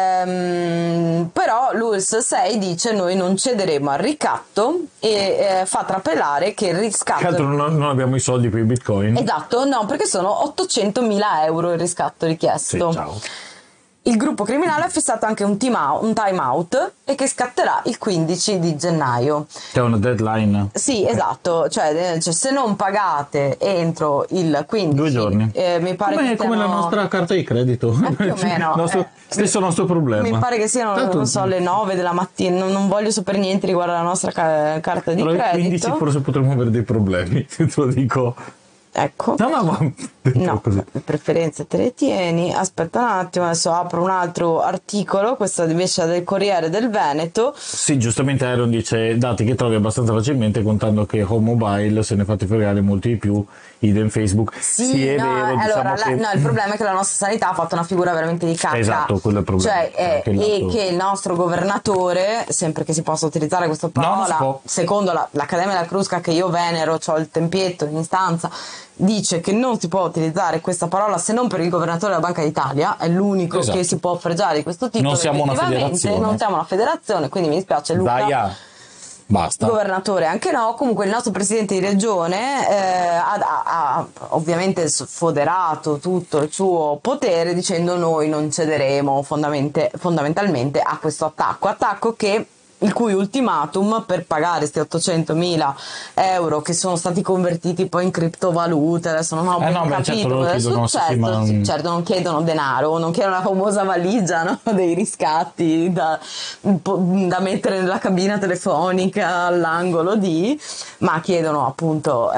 Però l'ULSS 6 dice noi non cederemo al ricatto e fa trapelare che il riscatto... Che altro non abbiamo i soldi per i bitcoin. Esatto, no, perché sono 800.000 euro il riscatto richiesto. Sì, ciao. il gruppo criminale ha fissato anche un time out e che scatterà il 15 di gennaio. C'è una deadline? Sì, esatto, cioè se non pagate entro il 15... 2 giorni. Mi pare Come la nostra carta di credito. Più o meno. Stesso nostro problema. Mi pare che siano, Tanto, non so, le 9 della mattina, non voglio sapere niente riguardo alla nostra carta di però credito. il 15 forse potremmo avere dei problemi, te lo dico. Ecco. No, così. le preferenze te le tieni. Aspetta un attimo, adesso apro un altro articolo, questo invece è del Corriere del Veneto. Sì, giustamente Aaron dice dati che trovi abbastanza facilmente, contando che Home Mobile se ne fate fregare molti di più, idem Facebook. Sì, è no, vero. allora, Diciamo il problema è che la nostra sanità ha fatto una figura veramente di cacca. Esatto, quello è il problema. Cioè, e che il nostro governatore, sempre che si possa utilizzare questa parola, secondo l'Accademia della Crusca, che io venero, ho il tempietto in instanza, dice che non si può utilizzare questa parola se non per il governatore della Banca d'Italia, è l'unico che si può fregiare di questo titolo. Non siamo una federazione. Non siamo una federazione, quindi mi dispiace Luca. Basta. Governatore anche no. Comunque il nostro presidente di regione ha ovviamente sfoderato tutto il suo potere dicendo noi non cederemo fondamentalmente a questo attacco che il cui ultimatum per pagare questi 800.000 euro che sono stati convertiti poi in criptovalute, adesso non ho ben capito, certo non chiedono denaro, non chiedono la famosa valigia, no? Dei riscatti da mettere nella cabina telefonica all'angolo ma chiedono appunto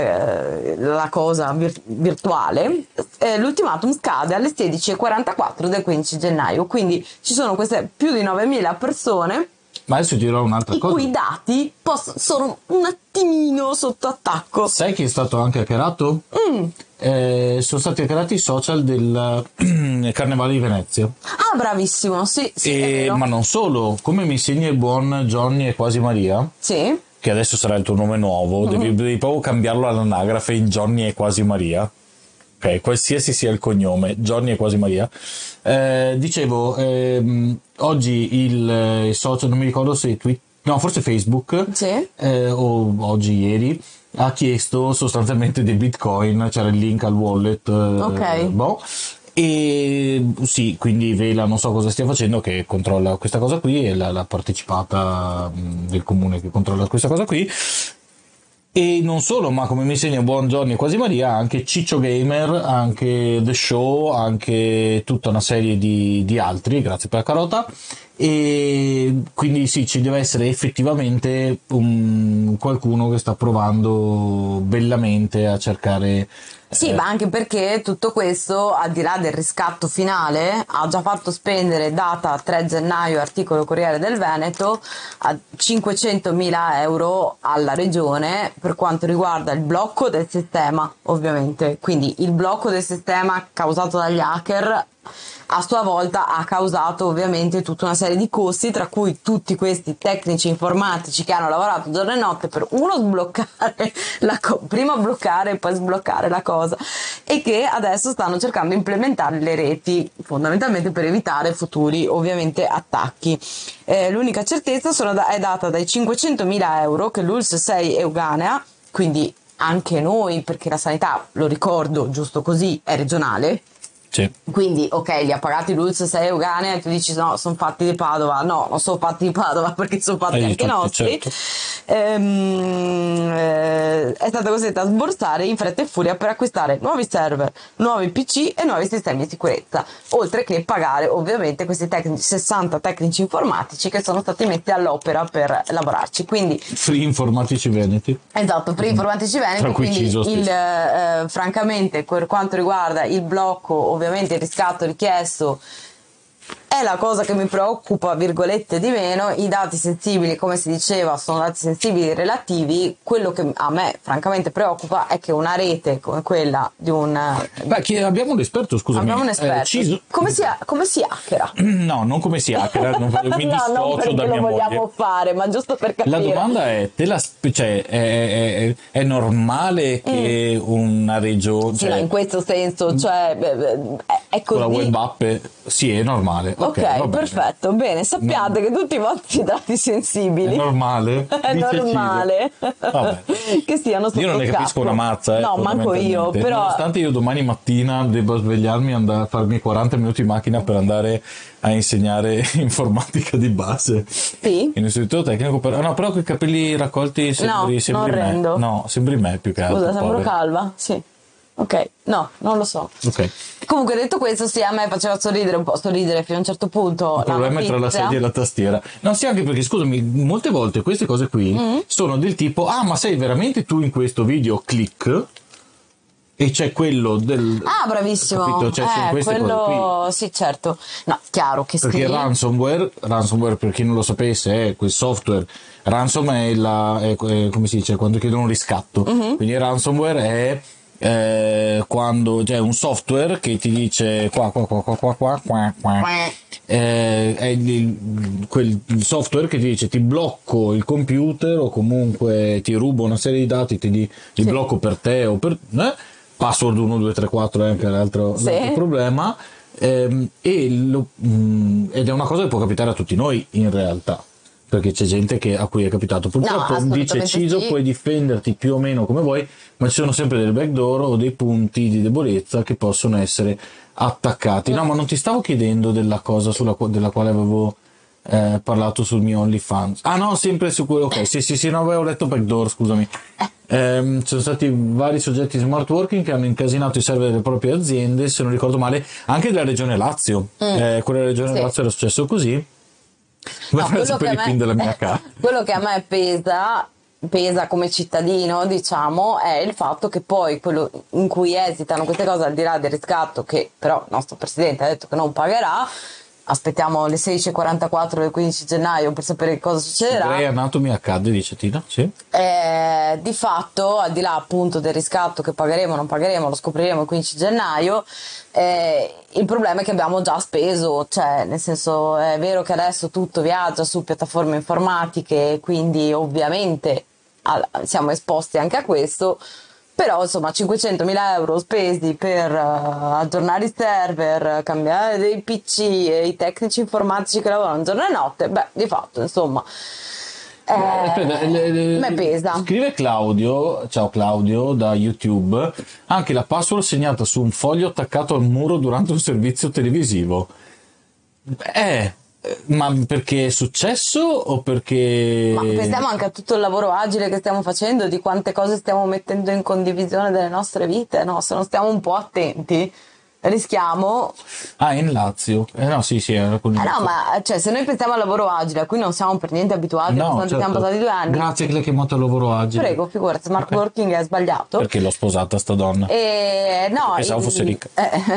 la cosa virtuale. L'ultimatum scade alle 16:44 del 15 gennaio, quindi ci sono queste più di 9.000 persone. Ma adesso ti dirò un'altra cosa. I cui dati sono un attimino sotto attacco. Sai chi è stato anche hackerato? Sono stati hackerati i social del Carnevale di Venezia. Ah, bravissimo, sì, è vero. Ma non solo, come mi insegna il buon Johnny e Quasi Maria, sì, che adesso sarà il tuo nome nuovo, devi proprio cambiarlo all'anagrafe in Johnny e Quasi Maria. Ok, qualsiasi sia il cognome, Johnny e Quasi Maria. Dicevo, oggi il social, non mi ricordo se forse Facebook, sì. O oggi, ieri, ha chiesto sostanzialmente dei bitcoin, c'era il link al wallet. Ok. E sì, quindi Vela non so cosa stia facendo, che controlla questa cosa qui, e la partecipata del comune che controlla questa cosa qui. E non solo, ma come mi insegna buon Johnny e Quasi Maria, anche Ciccio Gamer, anche The Show, anche tutta una serie di altri, grazie per la carota. E quindi sì, ci deve essere effettivamente qualcuno che sta provando bellamente a cercare. Sì, ma anche perché tutto questo, al di là del riscatto finale, ha già fatto spendere, data 3 gennaio, articolo Corriere del Veneto, a 500.000 euro alla regione per quanto riguarda il blocco del sistema, ovviamente. Quindi il blocco del sistema causato dagli hacker a sua volta ha causato ovviamente tutta una serie di costi, tra cui tutti questi tecnici informatici che hanno lavorato giorno e notte per sbloccare prima bloccare e poi sbloccare la cosa, e che adesso stanno cercando di implementare le reti fondamentalmente per evitare futuri ovviamente attacchi. L'unica certezza è data dai 500.000 euro che l'ULSS 6 euganea, quindi anche noi, perché la sanità, lo ricordo giusto così, è regionale. Sì. Quindi ok, li ha pagati l'ULSS 6 euganea e tu dici no, sono fatti di Padova. No, non sono fatti di Padova perché sono fatti anche i nostri. Certo. È stata costretta a sborsare in fretta e furia per acquistare nuovi server, nuovi PC e nuovi sistemi di sicurezza, oltre che pagare ovviamente questi 60 tecnici informatici che sono stati messi all'opera per lavorarci. Quindi Free Informatici Veneti. Esatto, Free Informatici Veneti. Quindi francamente, per quanto riguarda il blocco, ovviamente il riscatto richiesto è la cosa che mi preoccupa virgolette di meno. I dati sensibili, come si diceva, sono dati sensibili relativi. Quello che a me francamente preoccupa è che una rete come quella di un abbiamo un esperto, scusami. Abbiamo un esperto. Come si hackera? No, non come si hackera, mi dissocio da mia moglie. Non lo vogliamo fare, ma giusto per capire. La domanda è, è normale che una regione... Sì, in questo senso, cioè così. Con la web app sì, è normale. Ok, va bene. perfetto, bene, sappiate che tutti i vostri dati sensibili È normale? è Dice normale Vabbè. che siano sotto Io non ne scacco. capisco una mazza, no, manco io, fondamentalmente. però Nonostante io domani mattina debba svegliarmi e andare a farmi 40 minuti in macchina per andare a insegnare informatica di base sì, in un istituto tecnico, no, però con i capelli raccolti sembri non me. rendo. No, sembri me più che altro. Scusa, sembro povera. calva? Sì. Ok, no, non lo so. Ok. Comunque detto questo, sì, a me faceva sorridere un po', sorridere fino a un certo punto. Il problema è tra la sedia e la tastiera. No, sì, anche perché, scusami, molte volte queste cose qui sono del tipo, ma sei veramente tu in questo video? Click. E c'è quello del... Ah, bravissimo. Capito? Cioè, sono queste quello, cose qui. sì, certo. No, chiaro che Perché sì. ransomware, per chi non lo sapesse, è quel software. Ransom è come si dice, quando chiedono un riscatto. Quindi ransomware è quando c'è un software che ti dice qua. È il software che ti dice ti blocco il computer o comunque ti rubo una serie di dati, li blocco per te o per... password 1, 2, 3, 4 è anche l'altro problema. Ed è una cosa che può capitare a tutti noi in realtà, perché c'è gente a cui è capitato. Purtroppo dice Ciso, puoi difenderti più o meno come vuoi, ma ci sono sempre delle backdoor o dei punti di debolezza che possono essere attaccati. No, ma non ti stavo chiedendo della cosa della quale avevo parlato sul mio OnlyFans. Ah no, sempre su quello. Ok, sì, no, avevo letto backdoor, scusami. Ci sono stati vari soggetti smart working che hanno incasinato i server delle proprie aziende, se non ricordo male, anche della regione Lazio. Quella della regione Lazio era successo così. No, della mia casa. Quello che a me pesa come cittadino, diciamo, è il fatto che poi quello in cui esitano queste cose, al di là del riscatto che però il nostro presidente ha detto che non pagherà, aspettiamo le 16:44 del 15 gennaio per sapere cosa succederà. Grey Anatomy accade, dice Tina, sì. Di fatto, al di là appunto del riscatto che pagheremo o non pagheremo, lo scopriremo il 15 gennaio, il problema è che abbiamo già speso, cioè nel senso è vero che adesso tutto viaggia su piattaforme informatiche, quindi ovviamente siamo esposti anche a questo. Però insomma 500.000 euro spesi per aggiornare i server, cambiare dei PC e i tecnici informatici che lavorano giorno e notte, di fatto insomma me pesa. Scrive Claudio, ciao Claudio da YouTube, anche la password segnata su un foglio attaccato al muro durante un servizio televisivo. Ma perché è successo o perché... Ma pensiamo anche a tutto il lavoro agile che stiamo facendo, di quante cose stiamo mettendo in condivisione delle nostre vite, no? Se non stiamo un po' attenti rischiamo... in Lazio? No, sì, era con no, ma cioè, se noi pensiamo al lavoro agile a cui non siamo per niente abituati, nonostante siamo passati 2 anni... Grazie che l'hai chiamato al lavoro agile. Prego, figurati, smart working è sbagliato. Perché l'ho sposata sta donna. No, pensavo fosse ricca.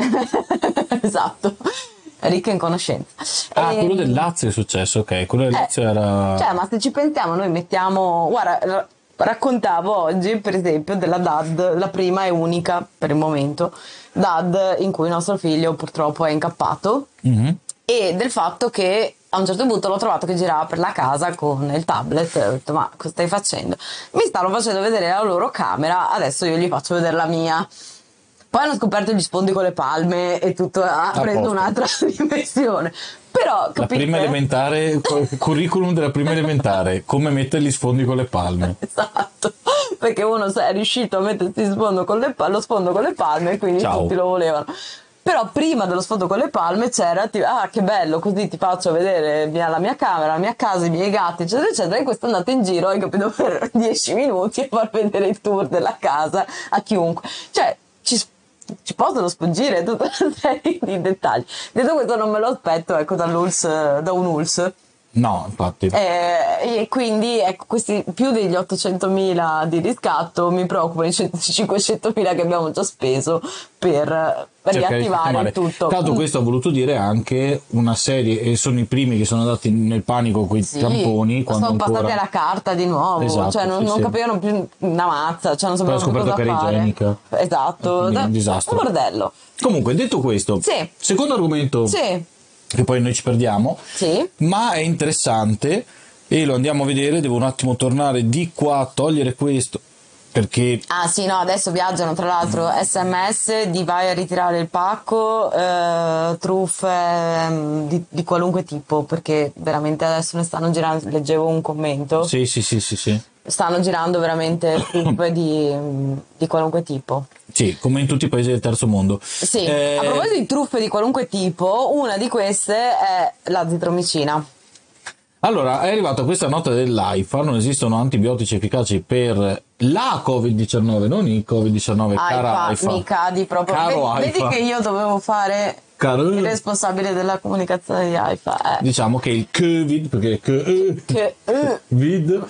Esatto. Ricca in conoscenza. Quello del Lazio è successo, ok. Quello del Lazio era... Cioè, ma se ci pensiamo, noi mettiamo... Guarda, raccontavo oggi, per esempio, della DAD, la prima e unica, per il momento, DAD in cui il nostro figlio purtroppo è incappato, e del fatto che a un certo punto l'ho trovato che girava per la casa con il tablet, e ho detto, ma cosa stai facendo? Mi stanno facendo vedere la loro camera, adesso io gli faccio vedere la mia. Poi hanno scoperto gli sfondi con le palme e tutto ha preso un'altra dimensione. Però, capite? La prima elementare, curriculum della prima elementare, come mettere gli sfondi con le palme. Esatto, perché uno è riuscito a mettersi lo sfondo con le palme e quindi tutti lo volevano. Però prima dello sfondo con le palme c'era che bello, così ti faccio vedere la mia camera, la mia casa, i miei gatti, eccetera eccetera, e questo è andato in giro, hai capito, per 10 minuti a far vedere il tour della casa a chiunque. Cioè, ci possono sfuggire tutta una serie di dettagli. Detto questo non me lo aspetto, ecco, da un ULS. No, infatti. E quindi ecco, questi più degli 800.000 di riscatto mi preoccupano i 500.000 che abbiamo già speso per riattivare il tutto. Tanto questo ha voluto dire anche una serie, e sono i primi che sono andati nel panico con i tamponi. Sono passati alla carta di nuovo, esatto, cioè non capivano più una mazza, cioè non sapevano più cosa fare. Igienica. Esatto, un disastro. Un bordello. Comunque, detto questo, secondo argomento, che poi noi ci perdiamo, ma è interessante e lo andiamo a vedere. Devo un attimo tornare di qua, togliere questo perché Ah sì, no, adesso viaggiano tra l'altro SMS di vai a ritirare il pacco, truffe di qualunque tipo, perché veramente adesso ne stanno girando, leggevo un commento, sì, sì, sì, sì, sì. stanno girando veramente truffe di qualunque tipo. Sì, come in tutti i paesi del terzo mondo. Sì, a proposito di truffe di qualunque tipo, una di queste è l'azitromicina. Allora, è arrivata questa nota dell'AIFA, non esistono antibiotici efficaci per la Covid-19, non il Covid-19, cara AIFA. Mi cadi proprio. Caro Vedi AIFA. che io dovevo fare Caro- il responsabile della comunicazione di AIFA. Diciamo che il Covid, perché Covid,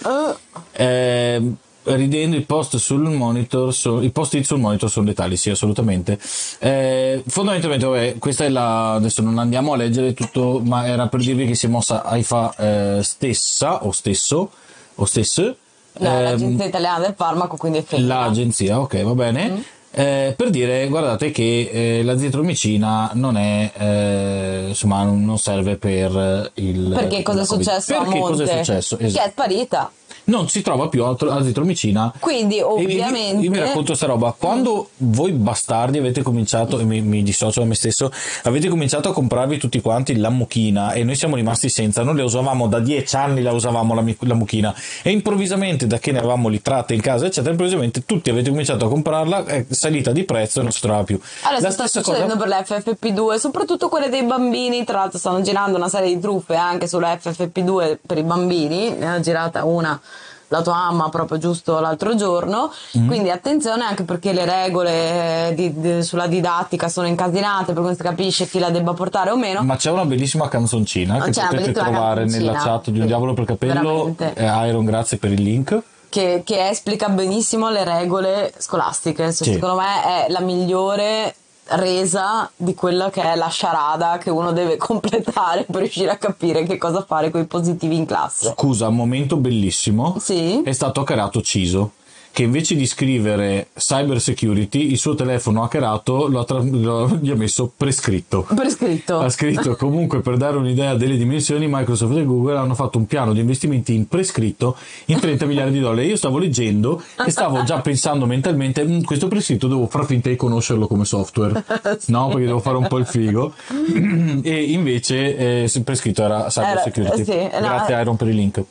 ridendo i post sul monitor, i post-it sul monitor sono letali, sì, assolutamente. Fondamentalmente, vabbè, questa è adesso non andiamo a leggere tutto, ma era per dirvi che si è mossa AIFA stessa, o stesso, o stesse. No, l'Agenzia Italiana del Farmaco, quindi è femmina. L'agenzia, ok, va bene. Per dire, guardate che l'azitromicina non è, insomma, non serve per il. Perché cosa è successo a Perché monte? cosa è successo? Che Esatto. è sparita. Non si trova più azitromicina. Quindi, ovviamente. Io vi racconto sta roba. Quando voi bastardi avete cominciato, e mi dissocio da me stesso, avete cominciato a comprarvi tutti quanti la mucchina e noi siamo rimasti senza, non le usavamo da 10 anni, la usavamo la mucchina, e improvvisamente, da che ne avevamo litrate in casa, eccetera, improvvisamente tutti avete cominciato a comprarla, è salita di prezzo e non si trova più. Allora, La sta stessa succedendo cosa. per le FFP2, soprattutto quelle dei bambini. Tra l'altro stanno girando una serie di truffe anche sulla FFP2 per i bambini, ne ha girata una la tua mamma proprio giusto l'altro giorno, quindi attenzione, anche perché le regole sulla didattica sono incasinate, per cui non si capisce chi la debba portare o meno. Ma c'è una bellissima canzoncina che C'è una potete bellissima trovare canzoncina, nella chat di Un sì, Diavolo per Capello. veramente. Iron, grazie per il link. Che esplica benissimo le regole scolastiche. Sì. Secondo me è la migliore resa di quella che è la sciarada che uno deve completare per riuscire a capire che cosa fare con i positivi in classe. Scusa, un momento bellissimo. Sì. È stato hackerato Ciso, che invece di scrivere cyber security, il suo telefono hackerato gli ha messo prescritto. Prescritto. Ha scritto comunque, per dare un'idea delle dimensioni, Microsoft e Google hanno fatto un piano di investimenti in prescritto in 30 miliardi di dollari. Io stavo leggendo e stavo già pensando mentalmente, questo prescritto devo far finta di conoscerlo come software, no? Perché devo fare un po' il figo. E invece il prescritto era cyber security. Sì, no, grazie Iron per il link.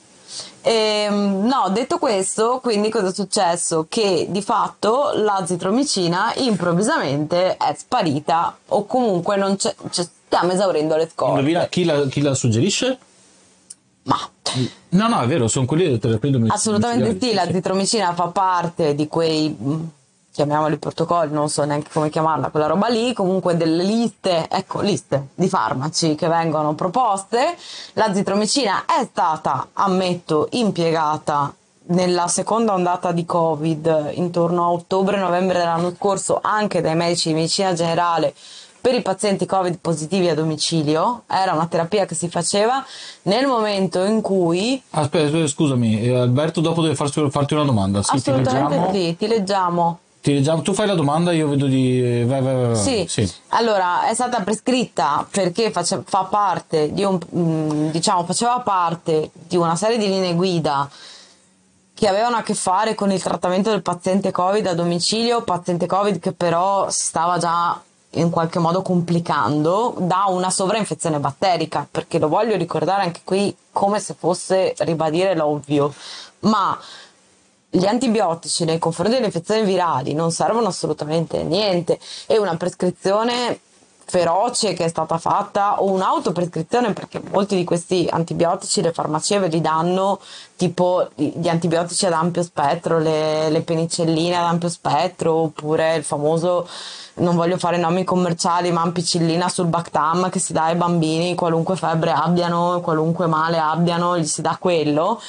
No, detto questo, quindi cosa è successo? Che di fatto l'azitromicina improvvisamente è sparita, o comunque non c'è, stiamo esaurendo le scorte. Indovina chi la suggerisce? Ma No, è vero, sono quelli del terapeuta. assolutamente sì, l'azitromicina fa parte di quei, chiamiamoli protocolli, non so neanche come chiamarla, quella roba lì, comunque delle liste di farmaci che vengono proposte. L'azitromicina è stata, ammetto, impiegata nella seconda ondata di Covid, intorno a ottobre-novembre dell'anno scorso, anche dai medici di medicina generale per i pazienti Covid positivi a domicilio. Era una terapia che si faceva nel momento in cui... Aspetta, scusami, Alberto dopo deve farti una domanda. Sì, assolutamente sì, ti leggiamo. Tu fai la domanda, io vedo di... Vai. Sì. Allora, è stata prescritta perché fa parte di faceva parte di una serie di linee guida che avevano a che fare con il trattamento del paziente Covid a domicilio, paziente Covid che però si stava già in qualche modo complicando da una sovrainfezione batterica, perché lo voglio ricordare anche qui come se fosse ribadire l'ovvio, ma gli antibiotici nei confronti delle infezioni virali non servono assolutamente a niente, e una prescrizione feroce che è stata fatta, o un'autoprescrizione, perché molti di questi antibiotici le farmacie ve li danno, tipo gli antibiotici ad ampio spettro, le penicilline ad ampio spettro, oppure il famoso, non voglio fare nomi commerciali, ma ampicillina sul Bactam che si dà ai bambini qualunque febbre abbiano, qualunque male abbiano, gli si dà quello.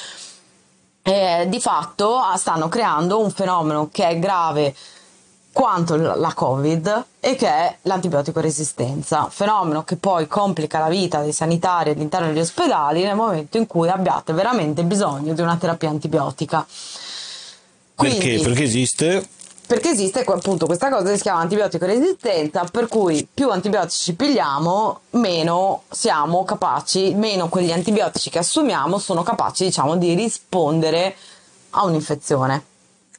Di fatto stanno creando un fenomeno che è grave quanto la Covid, e che è l'antibiotico resistenza, fenomeno che poi complica la vita dei sanitari all'interno degli ospedali nel momento in cui abbiate veramente bisogno di una terapia antibiotica. Perché? Perché esiste? Perché esiste appunto questa cosa che si chiama antibiotico resistenza, per cui più antibiotici pigliamo, meno siamo capaci, meno quegli antibiotici che assumiamo sono capaci, diciamo, di rispondere a un'infezione.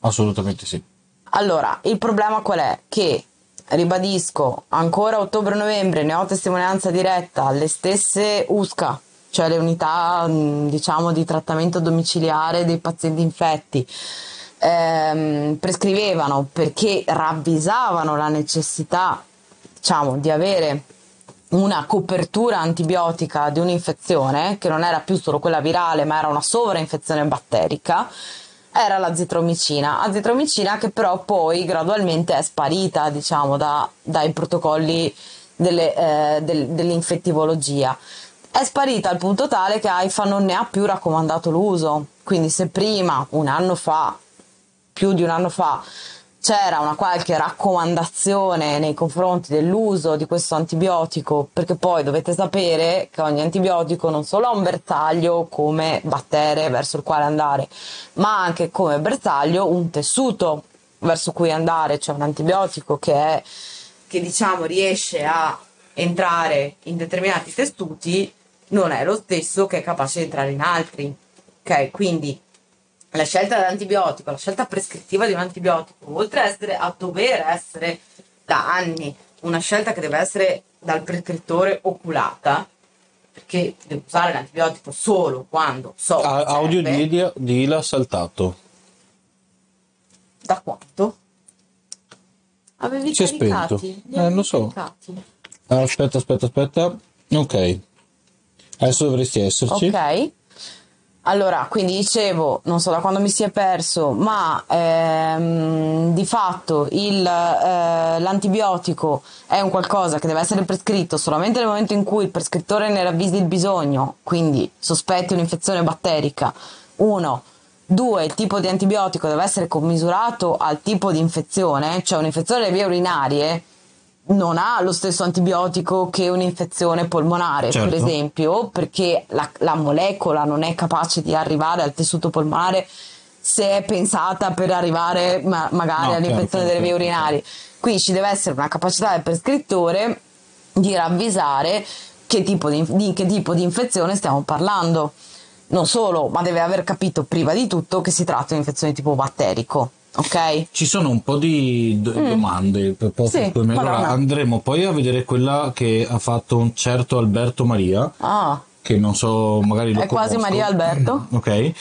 Assolutamente sì. Allora, il problema qual è? Che, ribadisco, ancora ottobre-novembre ne ho testimonianza diretta, le stesse USCA, cioè le unità diciamo di trattamento domiciliare dei pazienti infetti, prescrivevano perché ravvisavano la necessità, diciamo, di avere una copertura antibiotica di un'infezione che non era più solo quella virale ma era una sovrainfezione batterica, era azitromicina che però poi gradualmente è sparita, diciamo, dai protocolli dell'infettivologia. È sparita al punto tale che AIFA non ne ha più raccomandato l'uso. Quindi se prima, più di un anno fa, c'era una qualche raccomandazione nei confronti dell'uso di questo antibiotico, perché poi dovete sapere che ogni antibiotico non solo ha un bersaglio come battere verso il quale andare, ma anche come bersaglio un tessuto verso cui andare, cioè un antibiotico che diciamo riesce a entrare in determinati tessuti non è lo stesso che è capace di entrare in altri. Ok, quindi la scelta dell'antibiotico, la scelta prescrittiva di un antibiotico, oltre a dover essere da anni una scelta che deve essere dal prescrittore oculata, perché devo usare l'antibiotico solo quando so Audio di Ila saltato. da quanto? Avevi Si è caricati? spento. Li avevi Lo so. caricati? Aspetta. Ok. Adesso dovresti esserci. Ok. Allora, quindi dicevo, non so da quando mi si è perso, ma di fatto l'antibiotico è un qualcosa che deve essere prescritto solamente nel momento in cui il prescrittore ne ravvisi il bisogno, quindi sospetti un'infezione batterica. 1. 2. Il tipo di antibiotico deve essere commisurato al tipo di infezione, cioè un'infezione delle vie urinarie non ha lo stesso antibiotico che un'infezione polmonare, Certo. per esempio, perché la molecola non è capace di arrivare al tessuto polmonare se è pensata per arrivare magari all'infezione delle vie urinarie. Quindi ci deve essere una capacità del prescrittore di ravvisare che tipo di infezione stiamo parlando. Non solo, ma deve aver capito prima di tutto che si tratta di un'infezione di tipo batterico. Ok? Ci sono un po' di domande Sì, allora Madonna. andremo poi a vedere quella che ha fatto un certo Alberto Maria, che non so, magari lo È quasi conosco. Maria Alberto. Ok.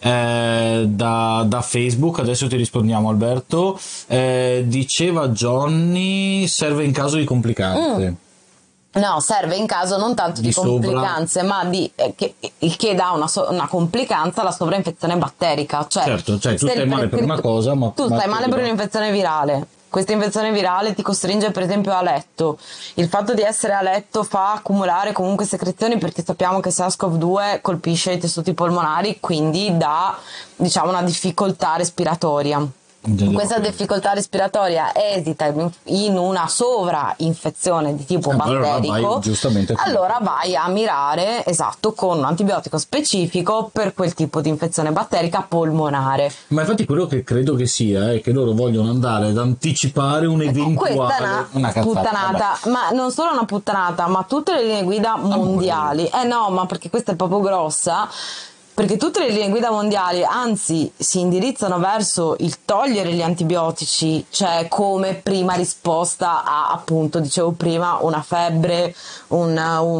Da Facebook, adesso ti rispondiamo Alberto. Diceva Johnny, serve in caso di complicanze. No, serve in caso non tanto di Di sopra. complicanze, ma che dà una complicanza alla sovrainfezione batterica. Cioè, Certo, cioè tu se stai il male per una cosa, ma tu stai male per un'infezione virale. Questa infezione virale ti costringe per esempio a letto. Il fatto di essere a letto fa accumulare comunque secrezioni, perché sappiamo che SARS-CoV-2 colpisce i tessuti polmonari, quindi dà, diciamo, una difficoltà respiratoria. Questa difficoltà respiratoria esita in una sovrainfezione di tipo batterico, allora vai a mirare, esatto, con un antibiotico specifico per quel tipo di infezione batterica polmonare. Ma infatti quello che credo che sia è che loro vogliono andare ad anticipare un'eventuale Questa è una puttanata, ma non solo una puttanata, ma tutte le linee guida mondiali. No, ma perché questa è proprio grossa. Perché tutte le linee guida mondiali, anzi, si indirizzano verso il togliere gli antibiotici, cioè come prima risposta a, appunto, dicevo prima, una febbre, un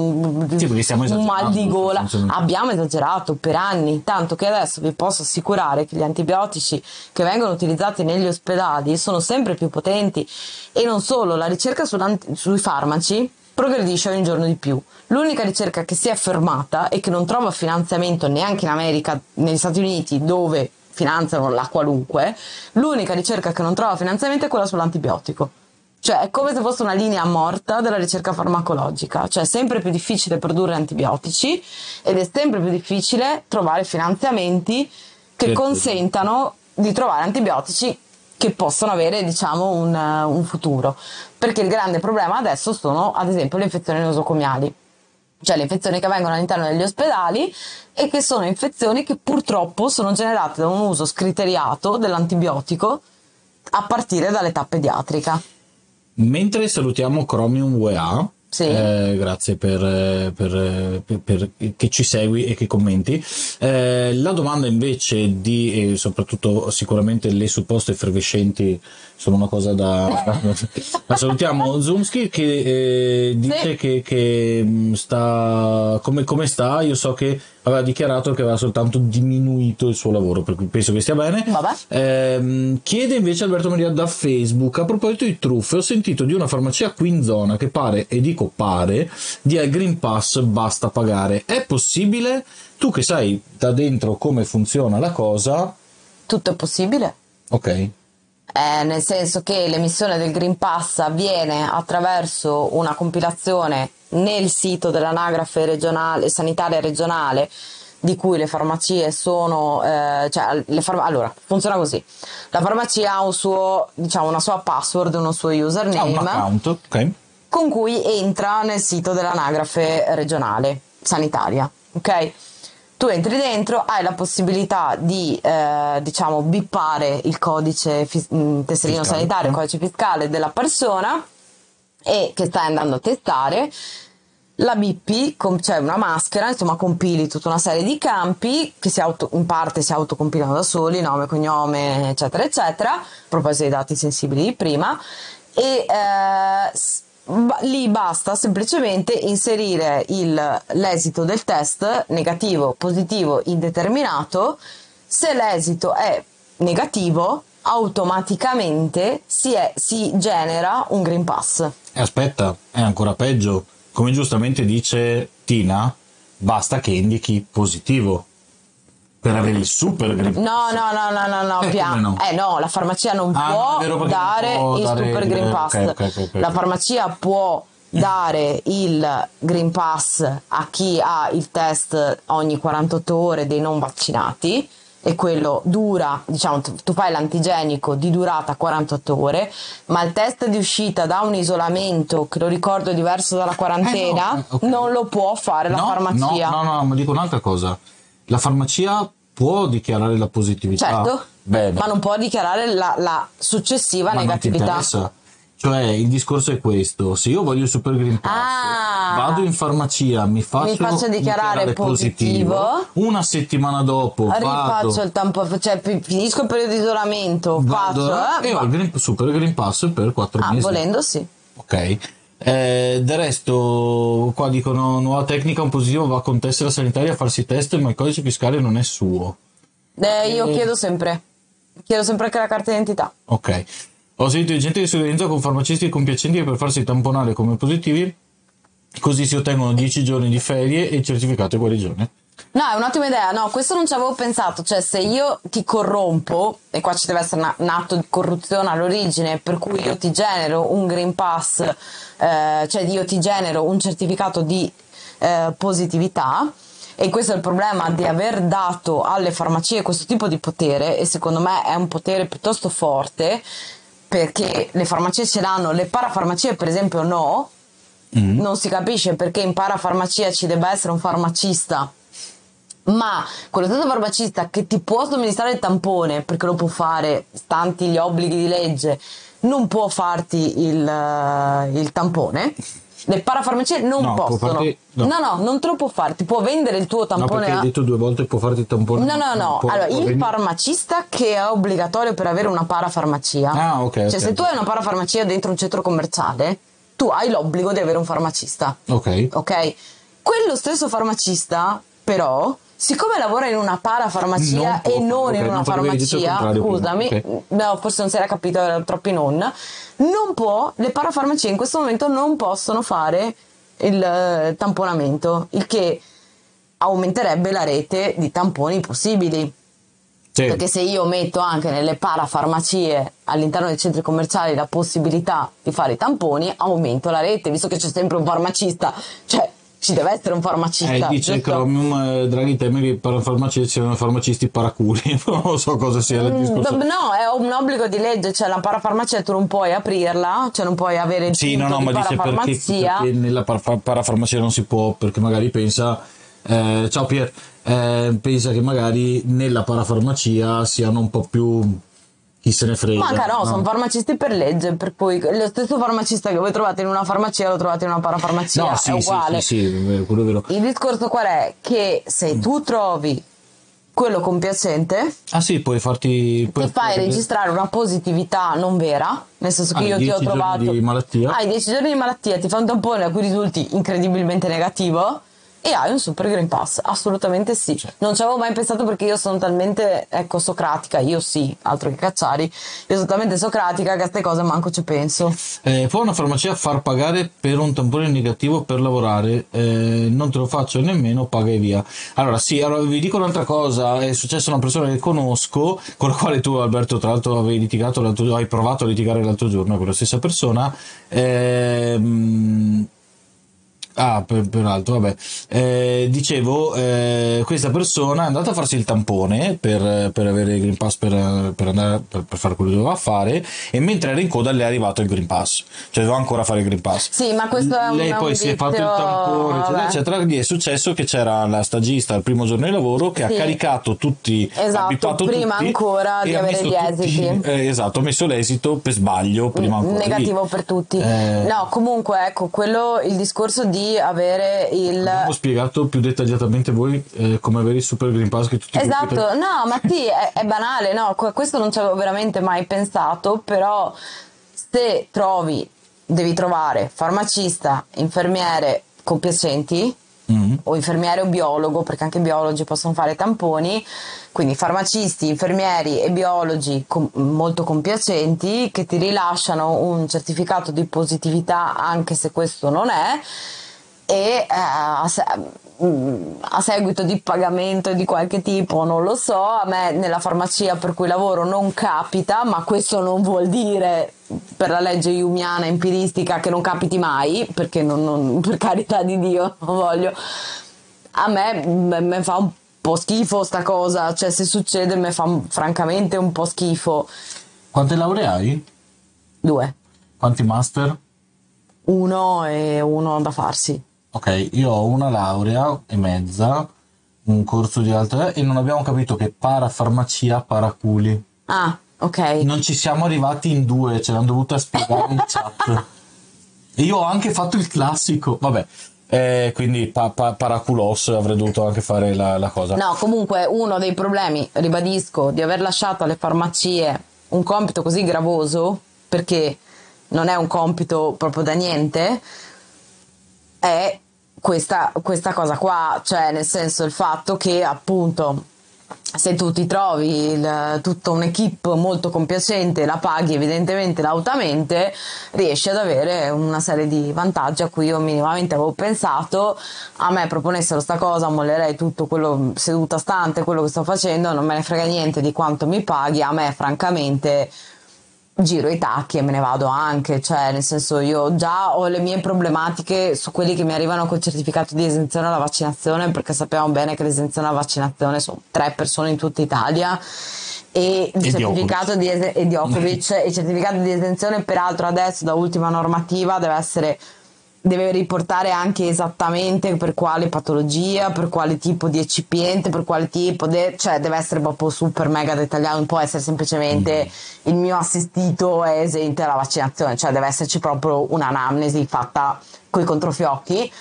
mal di gola. Abbiamo esagerato per anni, tanto che adesso vi posso assicurare che gli antibiotici che vengono utilizzati negli ospedali sono sempre più potenti, e non solo, la ricerca sui farmaci progredisce ogni giorno di più. L'unica ricerca che si è fermata e che non trova finanziamento neanche in America, negli Stati Uniti, dove finanziano la qualunque, l'unica ricerca che non trova finanziamento è quella sull'antibiotico. Cioè è come se fosse una linea morta della ricerca farmacologica, cioè è sempre più difficile produrre antibiotici ed è sempre più difficile trovare finanziamenti che consentano di trovare antibiotici che possono avere, diciamo, un futuro. Perché il grande problema adesso sono, ad esempio, le infezioni nosocomiali, cioè le infezioni che avvengono all'interno degli ospedali e che sono infezioni che purtroppo sono generate da un uso scriteriato dell'antibiotico a partire dall'età pediatrica. Mentre salutiamo Chromium UEA, Sì. Grazie per che ci segui e che commenti. La domanda invece e soprattutto sicuramente le supposte effervescenti sono una cosa la salutiamo. Zoomski che dice che sta come sta. Io so che aveva dichiarato che aveva soltanto diminuito il suo lavoro, per cui penso che stia bene. Chiede invece Alberto Maria da Facebook: a proposito di truffe, ho sentito di una farmacia qui in zona che pare, e dico pare, dia il Green Pass, basta pagare. È possibile? Tu che sai da dentro come funziona la cosa. Tutto è possibile. Ok. Nel senso che l'emissione del Green Pass avviene attraverso una compilazione nel sito dell'anagrafe regionale, sanitaria regionale, di cui le farmacie sono, allora funziona così: la farmacia ha un suo, una sua password, uno suo username, un account, ok, con cui entra nel sito dell'anagrafe regionale sanitaria, ok? Tu entri dentro, hai la possibilità di bippare il codice tesserino fiscale, sanitario, il codice fiscale della persona e che stai andando a testare. La bippi, c'è una maschera, insomma compili tutta una serie di campi che in parte si autocompilano da soli, nome, cognome, eccetera eccetera, a proposito dei dati sensibili di prima, e lì basta semplicemente inserire l'esito del test, negativo, positivo, indeterminato. Se l'esito è negativo, automaticamente si genera un Green Pass. Aspetta, è ancora peggio. Come giustamente dice Tina, basta che indichi positivo per avere il super Green Pass. No, la farmacia non può dare il super Green Pass. Okay. La farmacia può dare il Green Pass a chi ha il test ogni 48 ore dei non vaccinati, e quello dura, tu fai l'antigenico di durata 48 ore, ma il test di uscita da un isolamento, che lo ricordo è diverso dalla quarantena, non lo può fare la farmacia. No, ma dico un'altra cosa. La farmacia può dichiarare la positività, certo, ma non può dichiarare la successiva negatività. Cioè il discorso è questo: se io voglio il super Green Pass, vado in farmacia, mi faccio dichiarare positivo, una settimana dopo rifaccio il tampone, finisco il periodo di isolamento, e ho il super Green Pass per 4 mesi. Volendo sì. Ok. Del resto qua dicono: nuova tecnica, un positivo va con tessera sanitaria a farsi test, ma il codice fiscale non è suo. Io chiedo sempre anche la carta d'identità. Ok. Ho sentito di gente che si organizza con farmacisti compiacenti per farsi tamponare come positivi, così si ottengono 10 giorni di ferie e il certificato di guarigione. No, è un'ottima idea. No, questo non ci avevo pensato. Cioè, se io ti corrompo, e qua ci deve essere un atto di corruzione all'origine, per cui io ti genero un Green Pass, io ti genero un certificato di positività, e questo è il problema di aver dato alle farmacie questo tipo di potere, e secondo me è un potere piuttosto forte, perché le farmacie ce l'hanno, le parafarmacie per esempio no. Non si capisce perché in parafarmacia ci debba essere un farmacista, ma quello stesso farmacista che ti può somministrare il tampone, perché lo può fare, stanti gli obblighi di legge, non può farti il tampone. Le parafarmacie non possono. Non te lo può fare. Ti può vendere il tuo tampone. No, perché hai detto 2 volte può farti il tampone. No. Allora, il farmacista che è obbligatorio per avere una parafarmacia. Ok. Se tu hai una parafarmacia dentro un centro commerciale, tu hai l'obbligo di avere un farmacista. Ok. Quello stesso farmacista, però, siccome lavora in una parafarmacia e non in una farmacia, scusami, forse non si era capito, erano troppi non può, le parafarmacie in questo momento non possono fare il tamponamento, il che aumenterebbe la rete di tamponi possibili. Sì. Perché se io metto anche nelle parafarmacie all'interno dei centri commerciali la possibilità di fare i tamponi, aumento la rete, visto che c'è sempre un farmacista, cioè ci deve essere un farmacista. Dice Chromium, Draghi teme che i parafarmacisti siano farmacisti paraculi. Non so cosa sia il discorso. No, è un obbligo di legge, cioè la parafarmacia tu non puoi aprirla, cioè non puoi avere il punto di parafarmacia. Perché nella parafarmacia non si può, perché magari pensa ciao Pier, pensa che magari nella parafarmacia siano un po' più chi se ne frega. Manca no, sono farmacisti per legge, per cui lo stesso farmacista che voi trovate in una farmacia lo trovate in una parafarmacia, No, è sì, uguale. sì, quello è vero. Il discorso qual è? Che se tu trovi quello compiacente, Ah sì, puoi ti fai registrare una positività non vera, nel senso che io ti ho 10 giorni trovato di malattia. hai 10 giorni di malattia, ti fai un tampone a cui risulti incredibilmente negativo e hai un super Green Pass, assolutamente sì. Non ci avevo mai pensato perché io sono talmente, socratica, io sì, altro che Cacciari, io sono talmente socratica che a queste cose manco ci penso. Può una farmacia far pagare per un tampone negativo per lavorare? Non te lo faccio nemmeno, paga e via. Allora sì, allora vi dico un'altra cosa, è successa a una persona che conosco, con la quale tu Alberto tra l'altro avevi litigato, hai provato a litigare l'altro giorno con la stessa persona. Peraltro, vabbè. Dicevo, questa persona è andata a farsi il tampone per avere il Green Pass per andare per fare quello che doveva fare, e mentre era in coda le è arrivato il Green Pass, cioè doveva ancora fare il Green Pass. Sì, ma questo è Lei un poi si è fatto il tampone, eccetera, vabbè. eccetera. Gli è successo che c'era la stagista al primo giorno di lavoro che Sì. ha caricato tutti, ha Esatto, bippato prima tutti ancora e di ha avere messo gli tutti- esiti. esatto, ha messo l'esito per sbaglio prima ancora Negativo lì. per tutti. No, comunque ecco, quello il discorso di avere Abbiamo spiegato più dettagliatamente voi come avere il Super Green Pass che tutti i Esatto, computer. no, ma sì, è banale, no, questo non ci avevo veramente mai pensato, però se devi trovare farmacista, infermiere compiacenti, o infermiere o biologo, perché anche i biologi possono fare tamponi, quindi farmacisti, infermieri e biologi molto compiacenti che ti rilasciano un certificato di positività anche se questo non è, e a seguito di pagamento di qualche tipo, non lo so, a me nella farmacia per cui lavoro non capita, ma questo non vuol dire, per la legge humiana empiristica, che non capiti mai, perché per carità di Dio non voglio. A me fa un po' schifo sta cosa, cioè se succede me fa francamente un po' schifo. Quante lauree hai? 2, Quanti master? 1 e 1 da farsi. Ok, io ho una laurea e mezza, un corso di altre, e non abbiamo capito che parafarmacia paraculi. Ah, ok. Non ci siamo arrivati in 2, ce l'hanno dovuta spiegare in chat. E io ho anche fatto il classico, vabbè. Quindi paraculos avrei dovuto anche fare la cosa. No, comunque uno dei problemi, ribadisco, di aver lasciato alle farmacie un compito così gravoso, perché non è un compito proprio da niente, è questa cosa qua, cioè nel senso il fatto che appunto se tu ti trovi tutta un'equipe molto compiacente, la paghi evidentemente lautamente, riesci ad avere una serie di vantaggi a cui io minimamente avevo pensato. A me proponessero sta cosa, mollerei tutto quello seduta stante, quello che sto facendo, non me ne frega niente di quanto mi paghi, a me francamente giro i tacchi e me ne vado anche, cioè nel senso io già ho le mie problematiche su quelli che mi arrivano col certificato di esenzione alla vaccinazione, perché sappiamo bene che l'esenzione alla vaccinazione sono 3 persone in tutta Italia e il certificato di Djokovic e il certificato di esenzione peraltro adesso da ultima normativa deve riportare anche esattamente per quale patologia, per quale tipo di eccipiente, per quale tipo cioè deve essere proprio super mega dettagliato, non può essere semplicemente il mio assistito è esente dalla vaccinazione, cioè deve esserci proprio un'anamnesi fatta coi controfiocchi.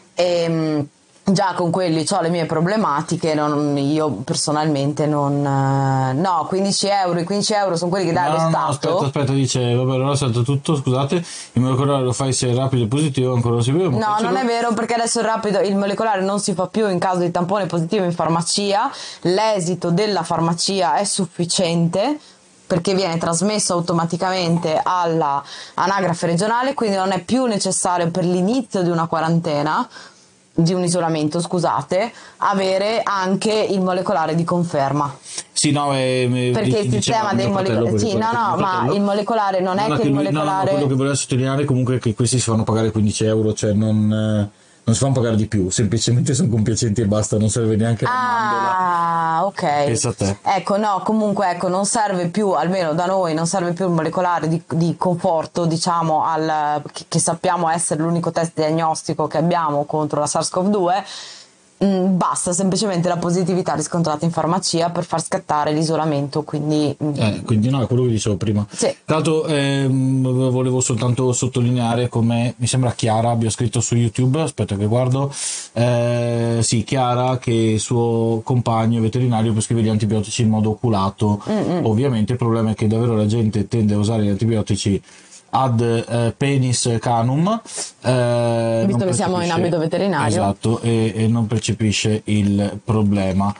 Già con quelli ho le mie problematiche, io personalmente non... no, 15 euro, i 15 euro sono quelli che dà lo Stato. No, aspetta, dice, vabbè, allora salto tutto, scusate, il molecolare lo fai se è rapido e positivo, ancora non si vede. No, non è vero, perché adesso il molecolare non si fa più in caso di tampone positivo in farmacia, l'esito della farmacia è sufficiente, perché viene trasmesso automaticamente alla anagrafe regionale, quindi non è più necessario per l'inizio di una quarantena, di un isolamento, scusate, avere anche il molecolare di conferma. Sì, no, perché il sistema dei molecolari. Sì, ma il molecolare non è che il molecolare. No, quello che voleva sottolineare comunque è che questi si fanno pagare 15 euro, cioè non si fanno pagare di più, semplicemente sono compiacenti e basta, non serve neanche la mandorla. Ah, ok. Pensa a te. Ecco, no, comunque non serve più, almeno da noi, non serve più il molecolare di conforto, diciamo, che sappiamo essere l'unico test diagnostico che abbiamo contro la SARS-CoV-2. Basta semplicemente la positività riscontrata in farmacia per far scattare l'isolamento, quindi quindi no, è quello che dicevo prima. Sì. Tra l'altro volevo soltanto sottolineare come mi sembra Chiara abbia scritto su YouTube, aspetta che guardo, sì, Chiara, che il suo compagno veterinario prescrive gli antibiotici in modo oculato. Ovviamente il problema è che davvero la gente tende a usare gli antibiotici ad penis canum, visto che siamo in ambito veterinario. Esatto, e non percepisce il problema.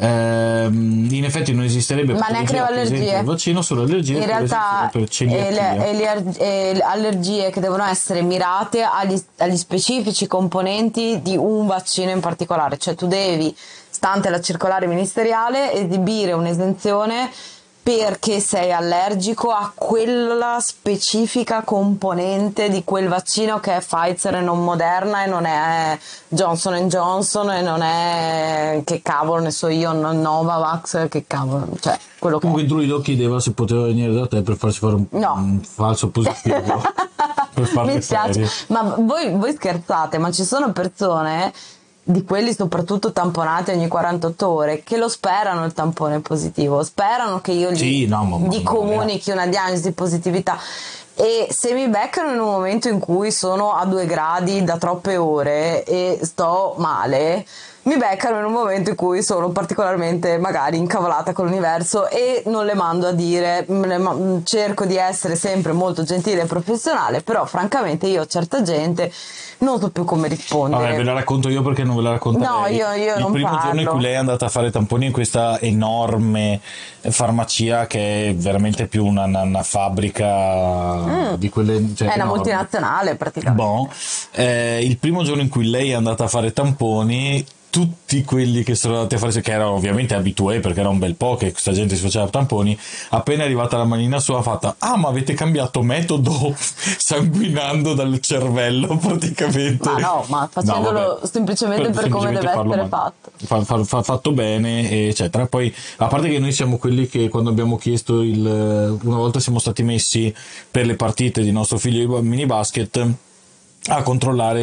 In effetti non esisterebbe ma neanche allergie. Il vaccino, solo allergie in realtà per celiachia. le allergie che devono essere mirate agli specifici componenti di un vaccino in particolare, cioè tu devi, stante la circolare ministeriale, esibire un'esenzione perché sei allergico a quella specifica componente di quel vaccino, che è Pfizer e non Moderna, e non è Johnson Johnson, e non è, che cavolo ne so io, Novavax, che cavolo, cioè quello che comunque il druido chiedeva se poteva venire da te per farsi fare un falso positivo per farle mi spiace, serie. ma voi scherzate, ma ci sono persone, di quelli soprattutto tamponati ogni 48 ore, che lo sperano il tampone positivo, sperano che io gli comunichi una diagnosi di positività, e se mi beccano in un momento in cui sono a 2 gradi da troppe ore e sto male, mi beccano in un momento in cui sono particolarmente magari incavolata con l'universo e non le mando a dire, cerco di essere sempre molto gentile e professionale, però francamente io a certa gente non so più come rispondere. Vabbè, ve la racconto io perché non ve la racconto lei. Io il non primo parlo. giorno in cui lei è andata a fare tamponi in questa enorme farmacia, che è veramente più una fabbrica di quelle, cioè, è una enorme, multinazionale praticamente. Il primo giorno in cui lei è andata a fare tamponi, tutti quelli che sono andati a fare, che erano ovviamente abitué, perché era un bel po' che questa gente si faceva tamponi, appena è arrivata la manina sua ha fatto: ah, ma avete cambiato metodo, sanguinando dal cervello praticamente. Ma no, ma facendolo semplicemente per come deve essere fatto. Fatto bene, eccetera. Poi, a parte che noi siamo quelli che, quando abbiamo chiesto una volta siamo stati messi per le partite di nostro figlio di mini basket a controllare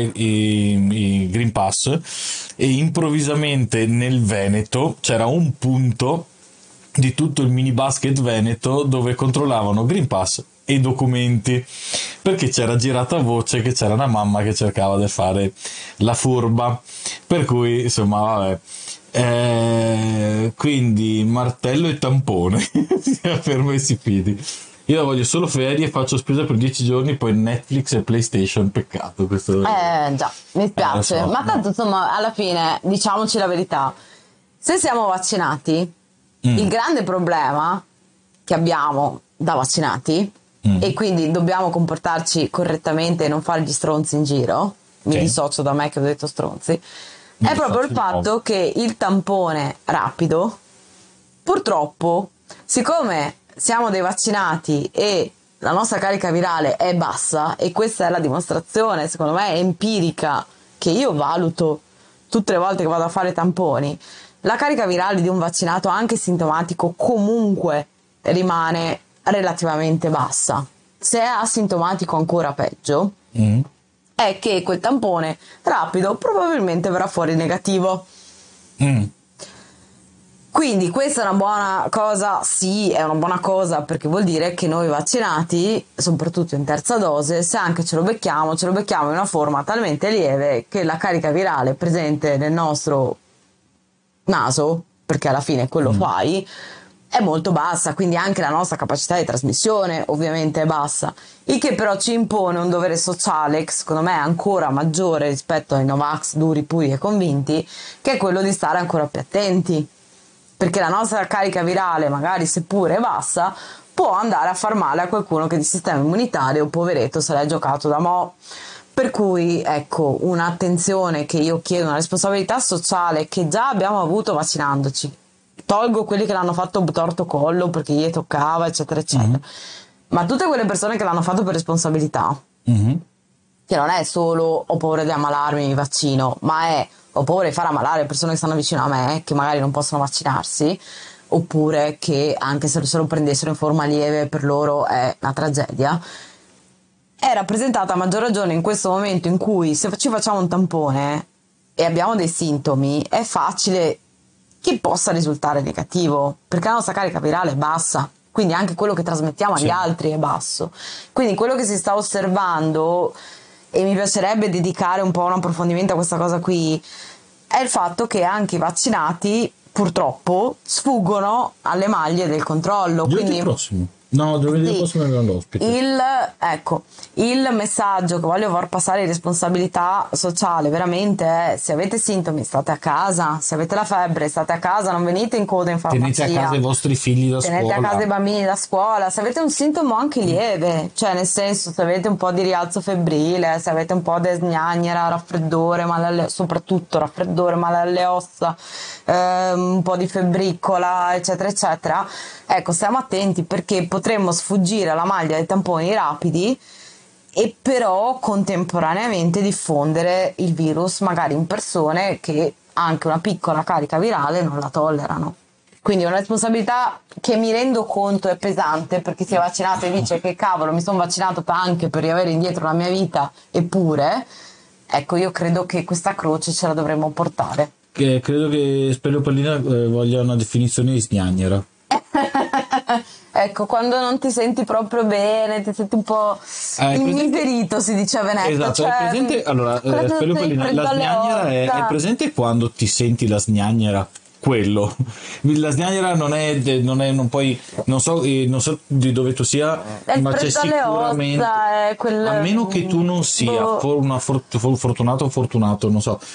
i Green Pass, e improvvisamente nel Veneto c'era un punto di tutto il mini basket veneto dove controllavano Green Pass e documenti, perché c'era girata voce che c'era una mamma che cercava di fare la furba, per cui insomma vabbè, quindi martello e tampone fermo e si fidi. Io voglio solo ferie, faccio spesa per 10 giorni, poi Netflix e PlayStation, peccato questo. Già, mi spiace, so, ma tanto insomma alla fine diciamoci la verità, se siamo vaccinati, il grande problema che abbiamo da vaccinati, e quindi dobbiamo comportarci correttamente e non fare gli stronzi in giro, mi dissocio da me che ho detto stronzi, è proprio il fatto che il tampone rapido, purtroppo, siccome siamo dei vaccinati e la nostra carica virale è bassa, e questa è la dimostrazione, secondo me empirica, che io valuto tutte le volte che vado a fare tamponi, la carica virale di un vaccinato anche sintomatico comunque rimane relativamente bassa. Se è asintomatico ancora peggio, è che quel tampone rapido probabilmente verrà fuori negativo. Quindi questa è una buona cosa, sì, è una buona cosa, perché vuol dire che noi vaccinati, soprattutto in terza dose, se anche ce lo becchiamo in una forma talmente lieve che la carica virale presente nel nostro naso, perché alla fine quello fai, è molto bassa, quindi anche la nostra capacità di trasmissione ovviamente è bassa, il che però ci impone un dovere sociale che secondo me è ancora maggiore rispetto ai Novax duri, puri e convinti, che è quello di stare ancora più attenti. Perché la nostra carica virale, magari seppure bassa, può andare a far male a qualcuno che di sistema immunitario, poveretto, se l'è giocato da mo'. Per cui, ecco, un'attenzione che io chiedo, una responsabilità sociale che già abbiamo avuto vaccinandoci. Tolgo quelli che l'hanno fatto torto collo perché gli toccava, eccetera, eccetera. Ma tutte quelle persone che l'hanno fatto per responsabilità, che non è solo ho paura di ammalarmi, mi vaccino, ma è ho paura di far ammalare le persone che stanno vicino a me, che magari non possono vaccinarsi, oppure che anche se lo prendessero in forma lieve per loro è una tragedia, è rappresentata a maggior ragione in questo momento in cui, se ci facciamo un tampone, e abbiamo dei sintomi, è facile che possa risultare negativo, perché la nostra carica virale è bassa, quindi anche quello che trasmettiamo agli altri è basso. Quindi quello che si sta osservando, e mi piacerebbe dedicare un po' un approfondimento a questa cosa qui, è il fatto che anche i vaccinati purtroppo sfuggono alle maglie del controllo. Giovedì prossimo. No, giovedì Sì. prossimo è l'ospite. Il messaggio che voglio far passare di responsabilità sociale veramente è: se avete sintomi state a casa, se avete la febbre state a casa, non venite in coda in farmacia. Tenete a casa i vostri figli da Tenete scuola. a casa i bambini da scuola. Se avete un sintomo anche lieve, cioè nel senso, se avete un po' di rialzo febbrile, se avete un po' di sgnagnera, raffreddore, soprattutto raffreddore, male alle ossa, un po' di febbricola, eccetera eccetera, ecco, stiamo attenti, perché potremmo sfuggire alla maglia dei tamponi rapidi e però contemporaneamente diffondere il virus magari in persone che anche una piccola carica virale non la tollerano. Quindi è una responsabilità che mi rendo conto è pesante, perché si è vaccinato e dice: che cavolo, mi sono vaccinato anche per riavere indietro la mia vita, eppure, ecco, io credo che questa croce ce la dovremmo portare. Credo che Speleopallina voglia una definizione di sgnagnera. Ecco, quando non ti senti proprio bene, ti senti un po' immiserito, si dice a Veneto. Esatto, cioè, è presente? Allora, Speleopallina, la sgnagnera è presente quando ti senti la sgnagnera? Quello, la sgnagnera non puoi, non so di dove tu sia, ma c'è sicuramente, a meno che tu non sia fortunato o fortunato, non so,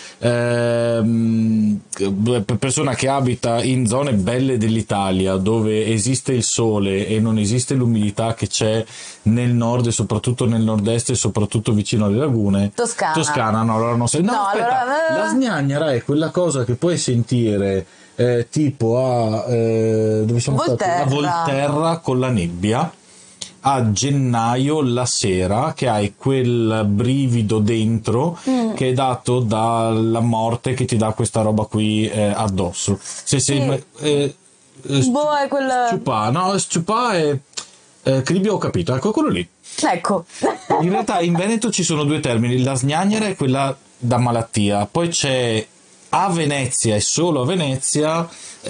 persona che abita in zone belle dell'Italia dove esiste il sole e non esiste l'umidità che c'è nel nord e soprattutto nel nord-est e soprattutto vicino alle lagune. Toscana, no, allora non sei. No, aspetta, la sgnagnera è quella cosa che puoi sentire tipo dove siamo stati? A Volterra con la nebbia a gennaio la sera, che hai quel brivido dentro che è dato dalla morte, che ti dà questa roba qui addosso. Se sei è quel Sciupà è Cribio, ho capito, ecco quello lì. Ecco. In realtà in Veneto ci sono due termini: la sgnagnera è quella da malattia, poi c'è a Venezia e solo a Venezia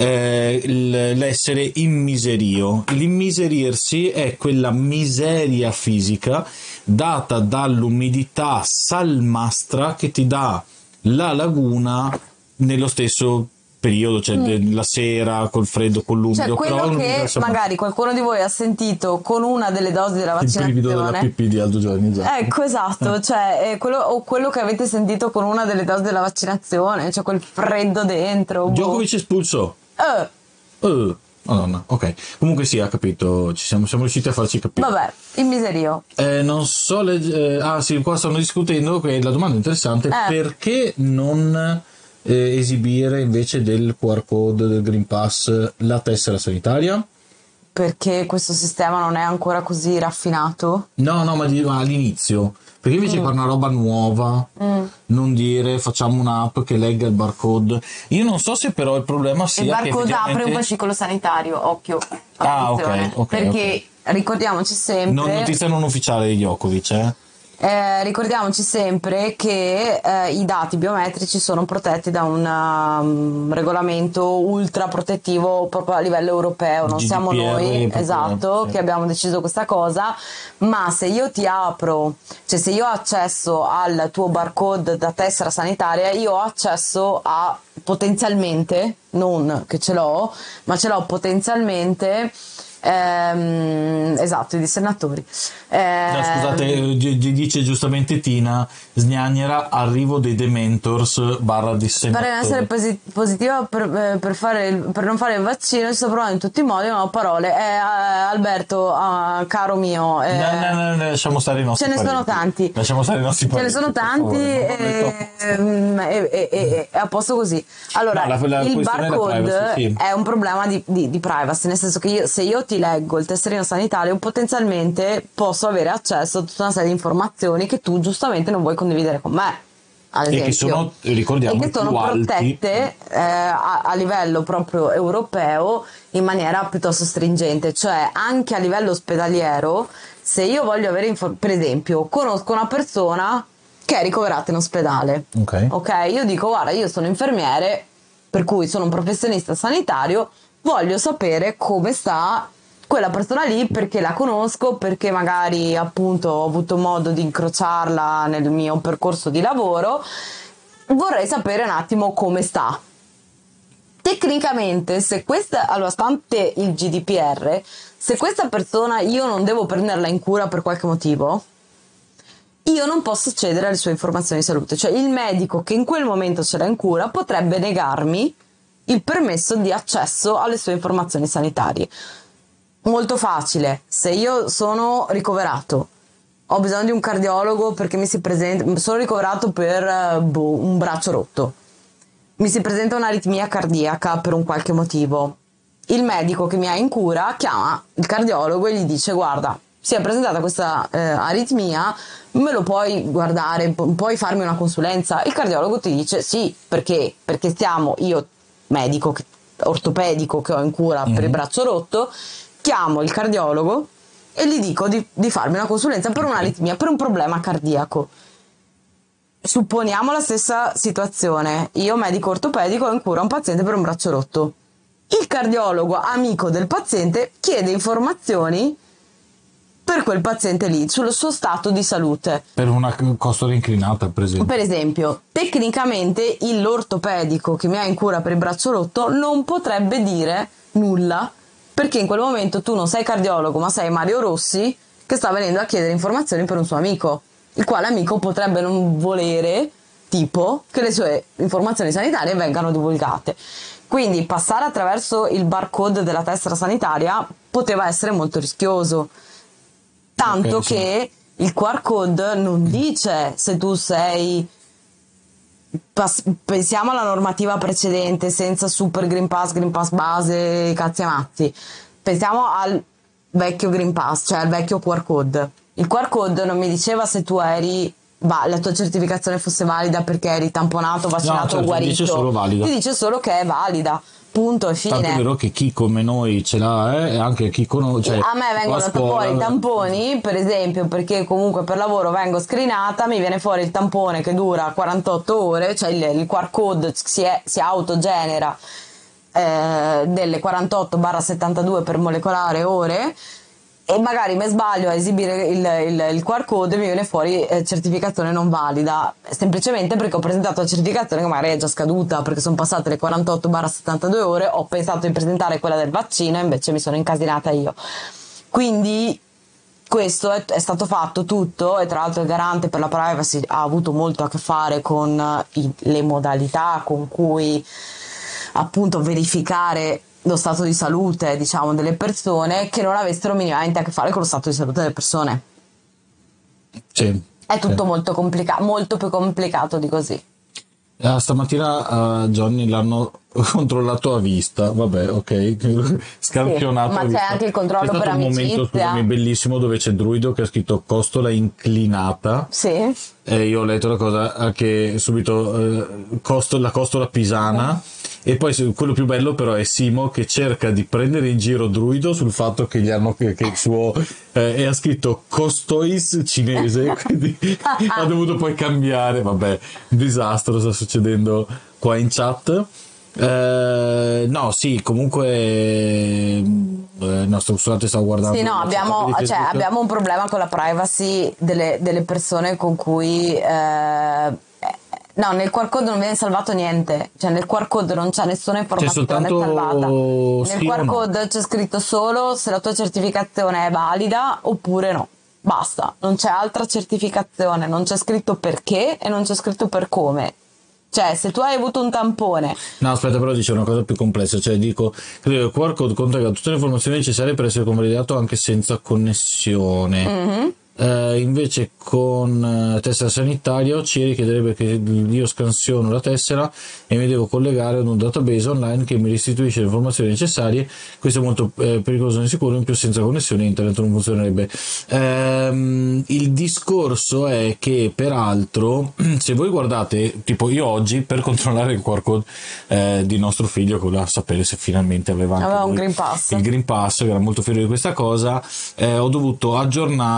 l'essere immiserio. L'immiserirsi è quella miseria fisica data dall'umidità salmastra che ti dà la laguna nello stesso periodo, cioè la sera col freddo, con l'umido. Cioè quello che magari qualcuno di voi ha sentito con una delle dosi della vaccinazione, il brivido della pipì di Aldo Giovanni, esatto. Ecco, esatto, cioè quello che avete sentito con una delle dosi della vaccinazione, cioè quel freddo dentro. Djokovic espulso. Madonna, ok. Comunque sì, ha capito, siamo riusciti a farci capire. Vabbè, in miserio. Non so, sì, qua stanno discutendo, che la domanda interessante è perché non esibire invece del QR code del Green Pass la tessera sanitaria? Perché questo sistema non è ancora così raffinato? No, ma all'inizio. Perché invece fare una roba nuova, non dire facciamo un'app che legga il barcode. Io non so se però il problema sia il che barcode effettivamente apre un fascicolo sanitario, occhio. ok. Perché ricordiamoci sempre, notizia non ufficiale di Djokovic, ricordiamoci sempre che i dati biometrici sono protetti da un regolamento ultra protettivo proprio a livello europeo, non siamo noi, esatto, che abbiamo deciso questa cosa. Ma se io ti apro, cioè se io ho accesso al tuo barcode da tessera sanitaria, io ho accesso a potenzialmente, non che ce l'ho, ma ce l'ho potenzialmente. Esatto, i dissennatori. No, scusate, dice giustamente Tina Sgnagnera, arrivo dei Dementors / dissennatori. Per essere positiva per non fare il vaccino ci sto provando in tutti i modi, non ho parole. Alberto, caro mio, no, lasciamo stare i nostri ce ne sono tanti. Lasciamo stare i nostri parenti. Ce ne sono tanti e a posto così. Allora, il barcode è un problema di privacy, nel senso che se io ti leggo il tesserino sanitario, potenzialmente posso avere accesso a tutta una serie di informazioni che tu giustamente non vuoi condividere con me, ad esempio, e che sono, ricordiamo, e che sono protette a livello proprio europeo in maniera piuttosto stringente. Cioè anche a livello ospedaliero, se io voglio avere per esempio, conosco una persona che è ricoverata in ospedale. Ok, io dico guarda, io sono infermiere, per cui sono un professionista sanitario, voglio sapere come sta quella persona lì, perché la conosco, perché magari appunto ho avuto modo di incrociarla nel mio percorso di lavoro, vorrei sapere un attimo come sta. Tecnicamente, se questa, allora, stante il GDPR, se questa persona io non devo prenderla in cura per qualche motivo, io non posso accedere alle sue informazioni di salute. Cioè il medico che in quel momento ce l'ha in cura potrebbe negarmi il permesso di accesso alle sue informazioni sanitarie. Molto facile. Se io sono ricoverato, ho bisogno di un cardiologo perché mi si presenta, sono ricoverato per un braccio rotto, mi si presenta un'aritmia cardiaca per un qualche motivo, il medico che mi ha in cura chiama il cardiologo e gli dice guarda, si è presentata questa aritmia, me lo puoi guardare, puoi farmi una consulenza? Il cardiologo ti dice sì, perché stiamo, io medico ortopedico che ho in cura per il braccio rotto, chiamo il cardiologo e gli dico di farmi una consulenza per un'aritmia, per un problema cardiaco. Supponiamo la stessa situazione, io medico ortopedico ho in cura un paziente per un braccio rotto, il cardiologo amico del paziente chiede informazioni per quel paziente lì sul suo stato di salute, per una costola inclinata per esempio, tecnicamente l'ortopedico che mi ha in cura per il braccio rotto non potrebbe dire nulla, perché in quel momento tu non sei cardiologo ma sei Mario Rossi che sta venendo a chiedere informazioni per un suo amico, il quale amico potrebbe non volere tipo che le sue informazioni sanitarie vengano divulgate. Quindi passare attraverso il barcode della tessera sanitaria poteva essere molto rischioso, tanto che il QR code non dice se tu sei, pensiamo alla normativa precedente senza super Green Pass base, cazzi e mazzi, pensiamo al vecchio Green Pass, cioè al vecchio QR code. Il QR code non mi diceva se tu eri, la tua certificazione fosse valida perché eri tamponato, vaccinato o guarito. Dice solo valida. Ti dice solo che è valida, punto e fine. Tanto è vero che chi come noi ce l'ha, e anche chi conosce. A me vengono fuori i tamponi, per esempio, perché comunque per lavoro vengo screenata, mi viene fuori il tampone che dura 48 ore, cioè il QR code si autogenera delle 48/72 per molecolare ore, e magari mi sbaglio a esibire il QR code e mi viene fuori certificazione non valida, semplicemente perché ho presentato la certificazione che magari è già scaduta, perché sono passate le 48/72 ore, ho pensato di presentare quella del vaccino e invece mi sono incasinata io. Quindi questo è stato fatto tutto, e tra l'altro il garante per la privacy ha avuto molto a che fare con le modalità con cui appunto verificare lo stato di salute, diciamo, delle persone, che non avessero minimamente a che fare con lo stato di salute delle persone. Sì, è tutto molto complicato, molto più complicato di così. Stamattina Johnny l'hanno controllato a vista, vabbè, ok, scampionato. Sì, ma c'è anche il controllo per amicizia. C'è stato un momento, scusami, bellissimo dove c'è Druido che ha scritto costola inclinata. Sì. E io ho letto la cosa che subito la costola pisana. E poi quello più bello però è Simo che cerca di prendere in giro Druido sul fatto che gli hanno che il suo e ha scritto costois cinese, quindi ha dovuto poi cambiare. Vabbè, un disastro sta succedendo qua in chat. No, sì, comunque no, scusate, stavo guardando. Sì, no, abbiamo un problema con la privacy delle persone con cui no, nel QR code non viene salvato niente, cioè nel QR code non c'è nessuna informazione salvata. Nel QR code c'è scritto solo se la tua certificazione è valida oppure no. Basta, non c'è altra certificazione, non c'è scritto perché e non c'è scritto per come. Cioè, se tu hai avuto un tampone. No, aspetta, però dice una cosa più complessa. Cioè, dico, credo che il QR code contenga tutte le informazioni necessarie per essere convalidato anche senza connessione. Mm-hmm. Invece con tessera sanitaria ci richiederebbe che io scansiono la tessera e mi devo collegare ad un database online che mi restituisce le informazioni necessarie. Questo è molto pericoloso e insicuro, in più senza connessione internet non funzionerebbe. Il discorso è che peraltro se voi guardate, tipo io oggi per controllare il QR code di nostro figlio, che voleva sapere se finalmente aveva anche un Green Pass, il Green Pass, che era molto fiero di questa cosa, ho dovuto aggiornare ogni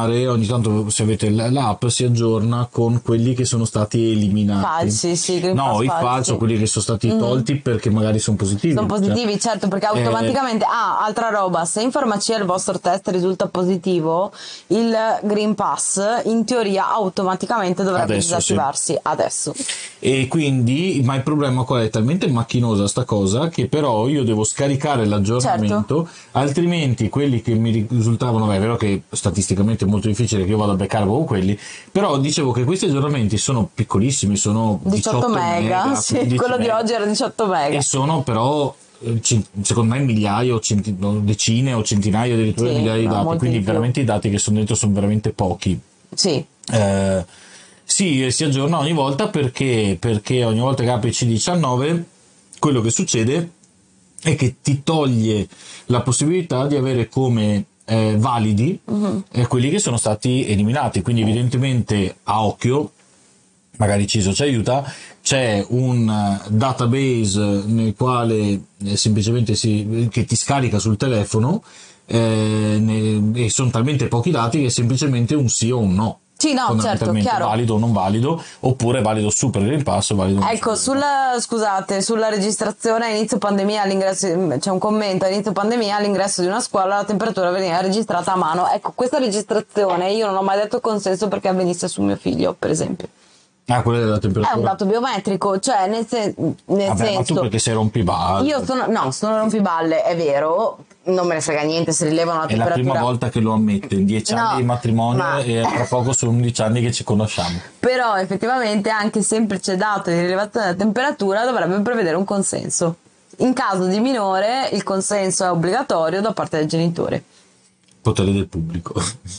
tanto se avete l'app si aggiorna con quelli che sono stati eliminati. Falsi, sì, no, i falsi, quelli che sono stati tolti perché magari sono positivi. Sono positivi, certo, perché automaticamente altra roba, se in farmacia il vostro test risulta positivo, il Green Pass in teoria automaticamente dovrebbe disattivarsi adesso. E quindi, ma il problema qual è? È talmente macchinosa sta cosa che però io devo scaricare l'aggiornamento, altrimenti quelli che mi risultavano, è vero che statisticamente è molto difficile che io vada a beccare proprio quelli, però dicevo che questi aggiornamenti sono piccolissimi, sono 18 mega, sì, quello di oggi era 18 mega. E sono però secondo me migliaia o decine o centinaia addirittura di migliaia di dati, quindi veramente i dati che sono dentro sono veramente pochi. Sì. Sì, si aggiorna ogni volta perché ogni volta che apri C19 quello che succede è che ti toglie la possibilità di avere come validi quelli che sono stati eliminati, quindi evidentemente a occhio, magari CISO ci aiuta, c'è un database nel quale semplicemente che ti scarica sul telefono e sono talmente pochi dati che è semplicemente un sì o un no. Sì, no, certo, chiaro. Valido o non valido, oppure valido super Green Pass o valido. Ecco, sulla registrazione a inizio pandemia, all'ingresso, c'è un commento: a inizio pandemia all'ingresso di una scuola la temperatura veniva registrata a mano. Ecco, questa registrazione io non ho mai dato consenso perché avvenisse su mio figlio, per esempio. Ah, quella della temperatura. È un dato biometrico, cioè nel senso. Ma tu perché sei rompiballe? Io sono rompiballe, è vero, non me ne frega niente se rilevano la temperatura. È la prima volta che lo ammette in 10 anni di matrimonio e tra poco sono 11 anni che ci conosciamo. Però effettivamente anche il semplice dato di rilevazione della temperatura dovrebbe prevedere un consenso. In caso di minore il consenso è obbligatorio da parte del genitore. Potere del pubblico.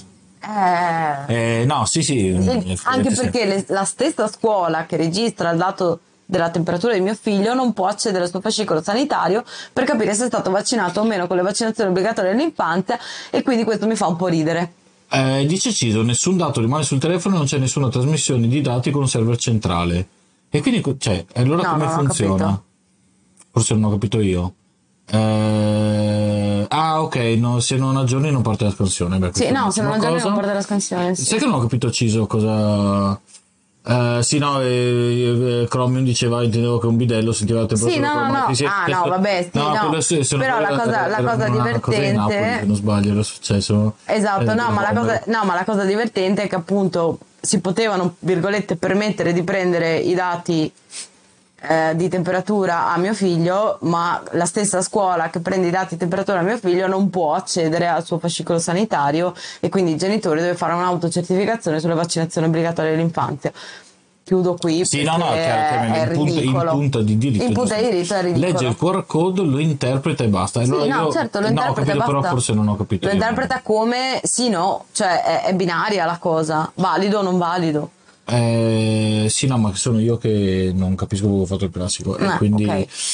No, sì. Anche perché la stessa scuola che registra il dato della temperatura di mio figlio non può accedere al suo fascicolo sanitario per capire se è stato vaccinato o meno con le vaccinazioni obbligatorie dell'infanzia, e quindi questo mi fa un po' ridere. Dice Ciso, nessun dato rimane sul telefono e non c'è nessuna trasmissione di dati con un server centrale. E quindi, allora come funziona? Forse non ho capito io. Ok, no, se non aggiorni non parte la scansione. Se non aggiorni non parte la scansione. Sai che non ho capito Ciso cosa. Sì, no, Chromium diceva, intendevo che un bidello sentiva la temperatura. Però la cosa divertente, Napoli, se non sbaglio, era successo. Esatto, ma la cosa divertente è che appunto si potevano, virgolette, permettere di prendere i dati di temperatura a mio figlio, ma la stessa scuola che prende i dati di temperatura a mio figlio non può accedere al suo fascicolo sanitario, e quindi il genitore deve fare un'autocertificazione sulle vaccinazioni obbligatorie dell'infanzia. Chiudo qui. Sì, no, è ridicolo. In punta di diritto. In punta di diritto è ridicolo. Legge il QR code, lo interpreta e basta. Allora certo, lo interpreta e basta. Però forse non ho capito. Lo interpreta come sì, no, cioè è binaria la cosa, valido o non valido. Sì, no, ma sono io che non capisco come ho fatto il classico, e quindi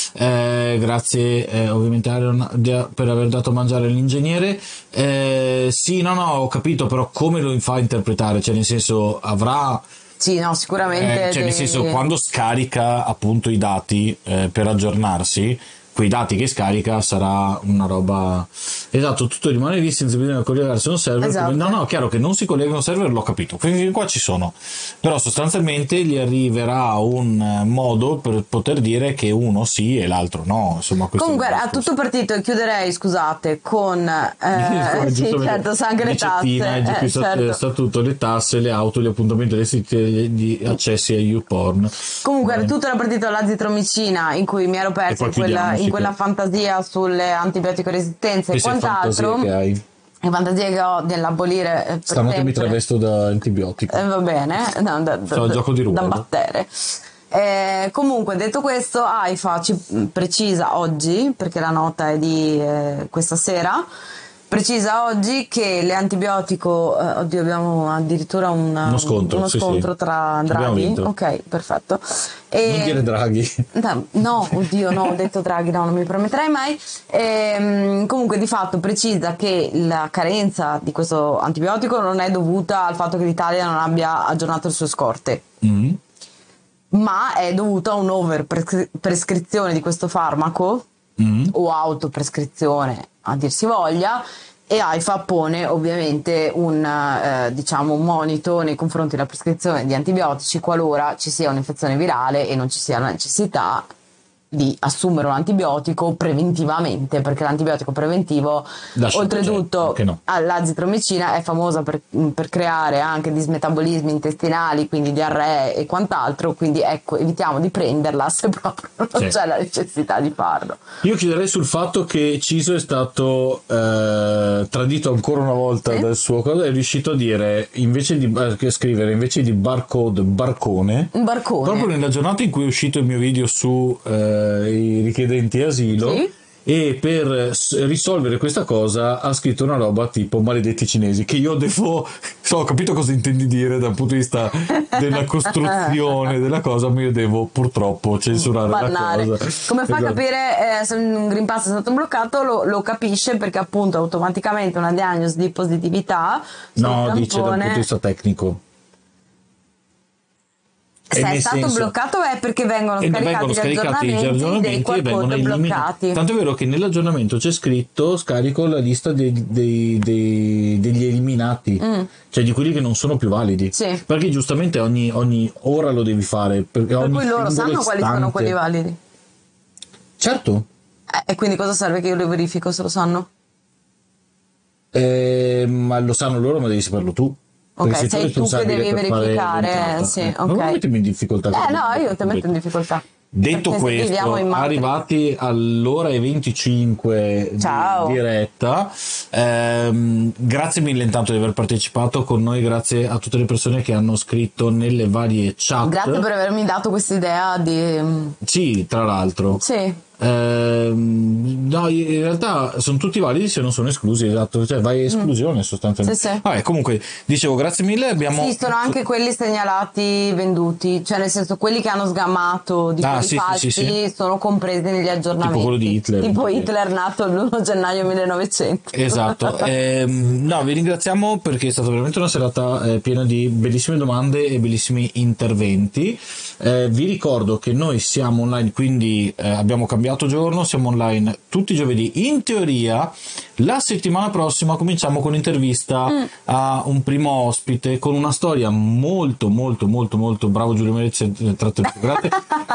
grazie ovviamente Aaron per aver dato a mangiare all'ingegnere. Sì, no, ho capito, però come lo fa a interpretare? Cioè, nel senso, avrà. Sì, no, sicuramente. Nel senso, quando scarica appunto i dati per aggiornarsi, quei dati che scarica sarà una roba. Esatto, tutto rimane lì senza bisogno di collegarsi a un server. Esatto. No, chiaro che non si collega a un server, l'ho capito. Quindi qua ci sono. Però sostanzialmente gli arriverà un modo per poter dire che uno sì e l'altro no. Insomma, comunque a tutto partito, e chiuderei, scusate, con sì, certo, sangue le tasse. Certo. Statuto, le tasse, le auto, gli appuntamenti, le siti, gli accessi a YouPorn. Comunque era tutto partito all'azitromicina, in cui mi ero persa in quella fantasia sulle antibiotico resistenze e quant'altro. Le fantasie che ho nell'abolire stanotte mi travesto da antibiotico, va bene, gioco di ruolo, da battere. Comunque, detto questo, AIFA ci precisa oggi, perché la nota è di questa sera, precisa oggi che le antibiotico oddio, abbiamo addirittura uno scontro tra Draghi. Ok, perfetto. Non dire Draghi. No, oddio, no, ho detto Draghi, no, non mi permetterei mai. Comunque di fatto precisa che la carenza di questo antibiotico non è dovuta al fatto che l'Italia non abbia aggiornato le sue scorte, ma è dovuta a un'over prescrizione di questo farmaco o autoprescrizione, a dir si voglia, E AIFA pone ovviamente un monito nei confronti della prescrizione di antibiotici qualora ci sia un'infezione virale e non ci sia la necessità di assumere un antibiotico preventivamente, perché l'antibiotico preventivo oltretutto l'azitromicina è famosa per creare anche dismetabolismi intestinali, quindi diarree e quant'altro, quindi ecco, evitiamo di prenderla se proprio non c'è la necessità di farlo. Io chiuderei sul fatto che Ciso è stato tradito ancora una volta dal suo cosa, è riuscito a dire invece di scrivere invece di barcode barcone, proprio nella giornata in cui è uscito il mio video su i richiedenti asilo, e per risolvere questa cosa ha scritto una roba tipo maledetti cinesi, che io ho capito cosa intendi dire dal punto di vista della costruzione della cosa, ma io devo purtroppo censurare la cosa. Come fa a capire se un Green Pass è stato bloccato? Lo capisce perché appunto automaticamente una diagnosi di positività dice dal punto di vista tecnico. Se è stato bloccato è perché vengono scaricati gli aggiornamenti e vengono bloccati. Tanto è vero che nell'aggiornamento c'è scritto scarico la lista degli eliminati, cioè di quelli che non sono più validi, perché giustamente ogni ora lo devi fare, per cui loro sanno quali sono quelli validi. Certo. E quindi cosa serve che io lo verifico se lo sanno? Ma lo sanno loro, ma devi saperlo tu. Ok, sei tu che devi verificare. Non mettermi in difficoltà. No, io ti metto in difficoltà. Detto questo, arrivati all'ora e 25 di diretta, grazie mille intanto di aver partecipato con noi, grazie a tutte le persone che hanno scritto nelle varie chat. Grazie per avermi dato questa idea di... Sì, tra l'altro. Sì. No, in realtà sono tutti validi se non sono esclusi, esatto, cioè vai a esclusione sostanzialmente. Sì. Vabbè, comunque dicevo grazie mille. Esistono anche quelli segnalati venduti, cioè nel senso quelli che hanno sgammato di quelli falsi sono compresi negli aggiornamenti, tipo quello di Hitler, Hitler nato l'1 gennaio 1900. Esatto. No, vi ringraziamo perché è stata veramente una serata piena di bellissime domande e bellissimi interventi. Vi ricordo che noi siamo online, quindi abbiamo cambiato giorno, siamo online tutti i giovedì. In teoria la settimana prossima cominciamo con l'intervista a un primo ospite con una storia molto bravo Giulio Merezzi, grazie.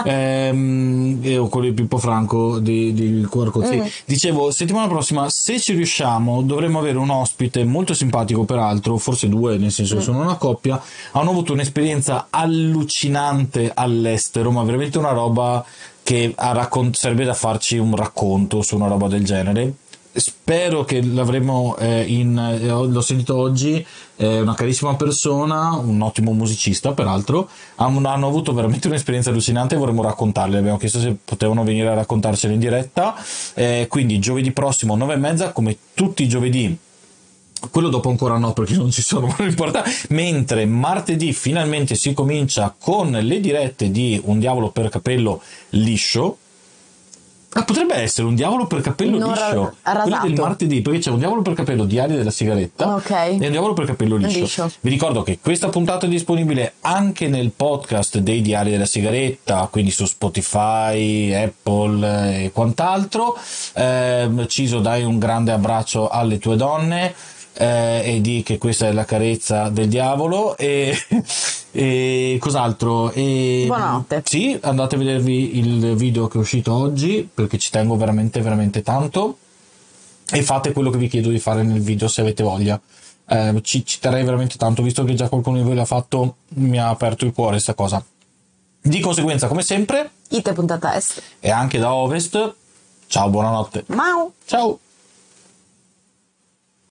E quello di Pippo Franco di QR Code. Dicevo, settimana prossima, se ci riusciamo, dovremmo avere un ospite molto simpatico, peraltro, forse due, nel senso che sono una coppia, hanno avuto un'esperienza allucinante all'estero, ma veramente una roba che sarebbe da farci un racconto su una roba del genere. Spero che l'avremo l'ho sentito oggi, una carissima persona, un ottimo musicista peraltro, hanno avuto veramente un'esperienza allucinante e vorremmo raccontarle. Abbiamo chiesto se potevano venire a raccontarcela in diretta, quindi giovedì prossimo 9:30, come tutti i giovedì. Quello dopo ancora no, perché non ci sono, ma non importa. Mentre martedì finalmente si comincia con le dirette di Un Diavolo per Capello liscio. Potrebbe essere Un Diavolo per Capello liscio, quello del martedì, perché c'è Un Diavolo per Capello Diario della Sigaretta e Un Diavolo per Capello liscio. Vi ricordo che questa puntata è disponibile anche nel podcast dei Diari della Sigaretta, quindi su Spotify, Apple e quant'altro. Ciso, dai un grande abbraccio alle tue donne. E di che questa è la carezza del diavolo e cos'altro, buonanotte. Sì, andate a vedervi il video che è uscito oggi perché ci tengo veramente tanto, e fate quello che vi chiedo di fare nel video se avete voglia. Ci terrei veramente tanto, visto che già qualcuno di voi l'ha fatto, mi ha aperto il cuore sta cosa. Di conseguenza, come sempre, ite puntata est e anche da ovest. Ciao, buonanotte. Ciao.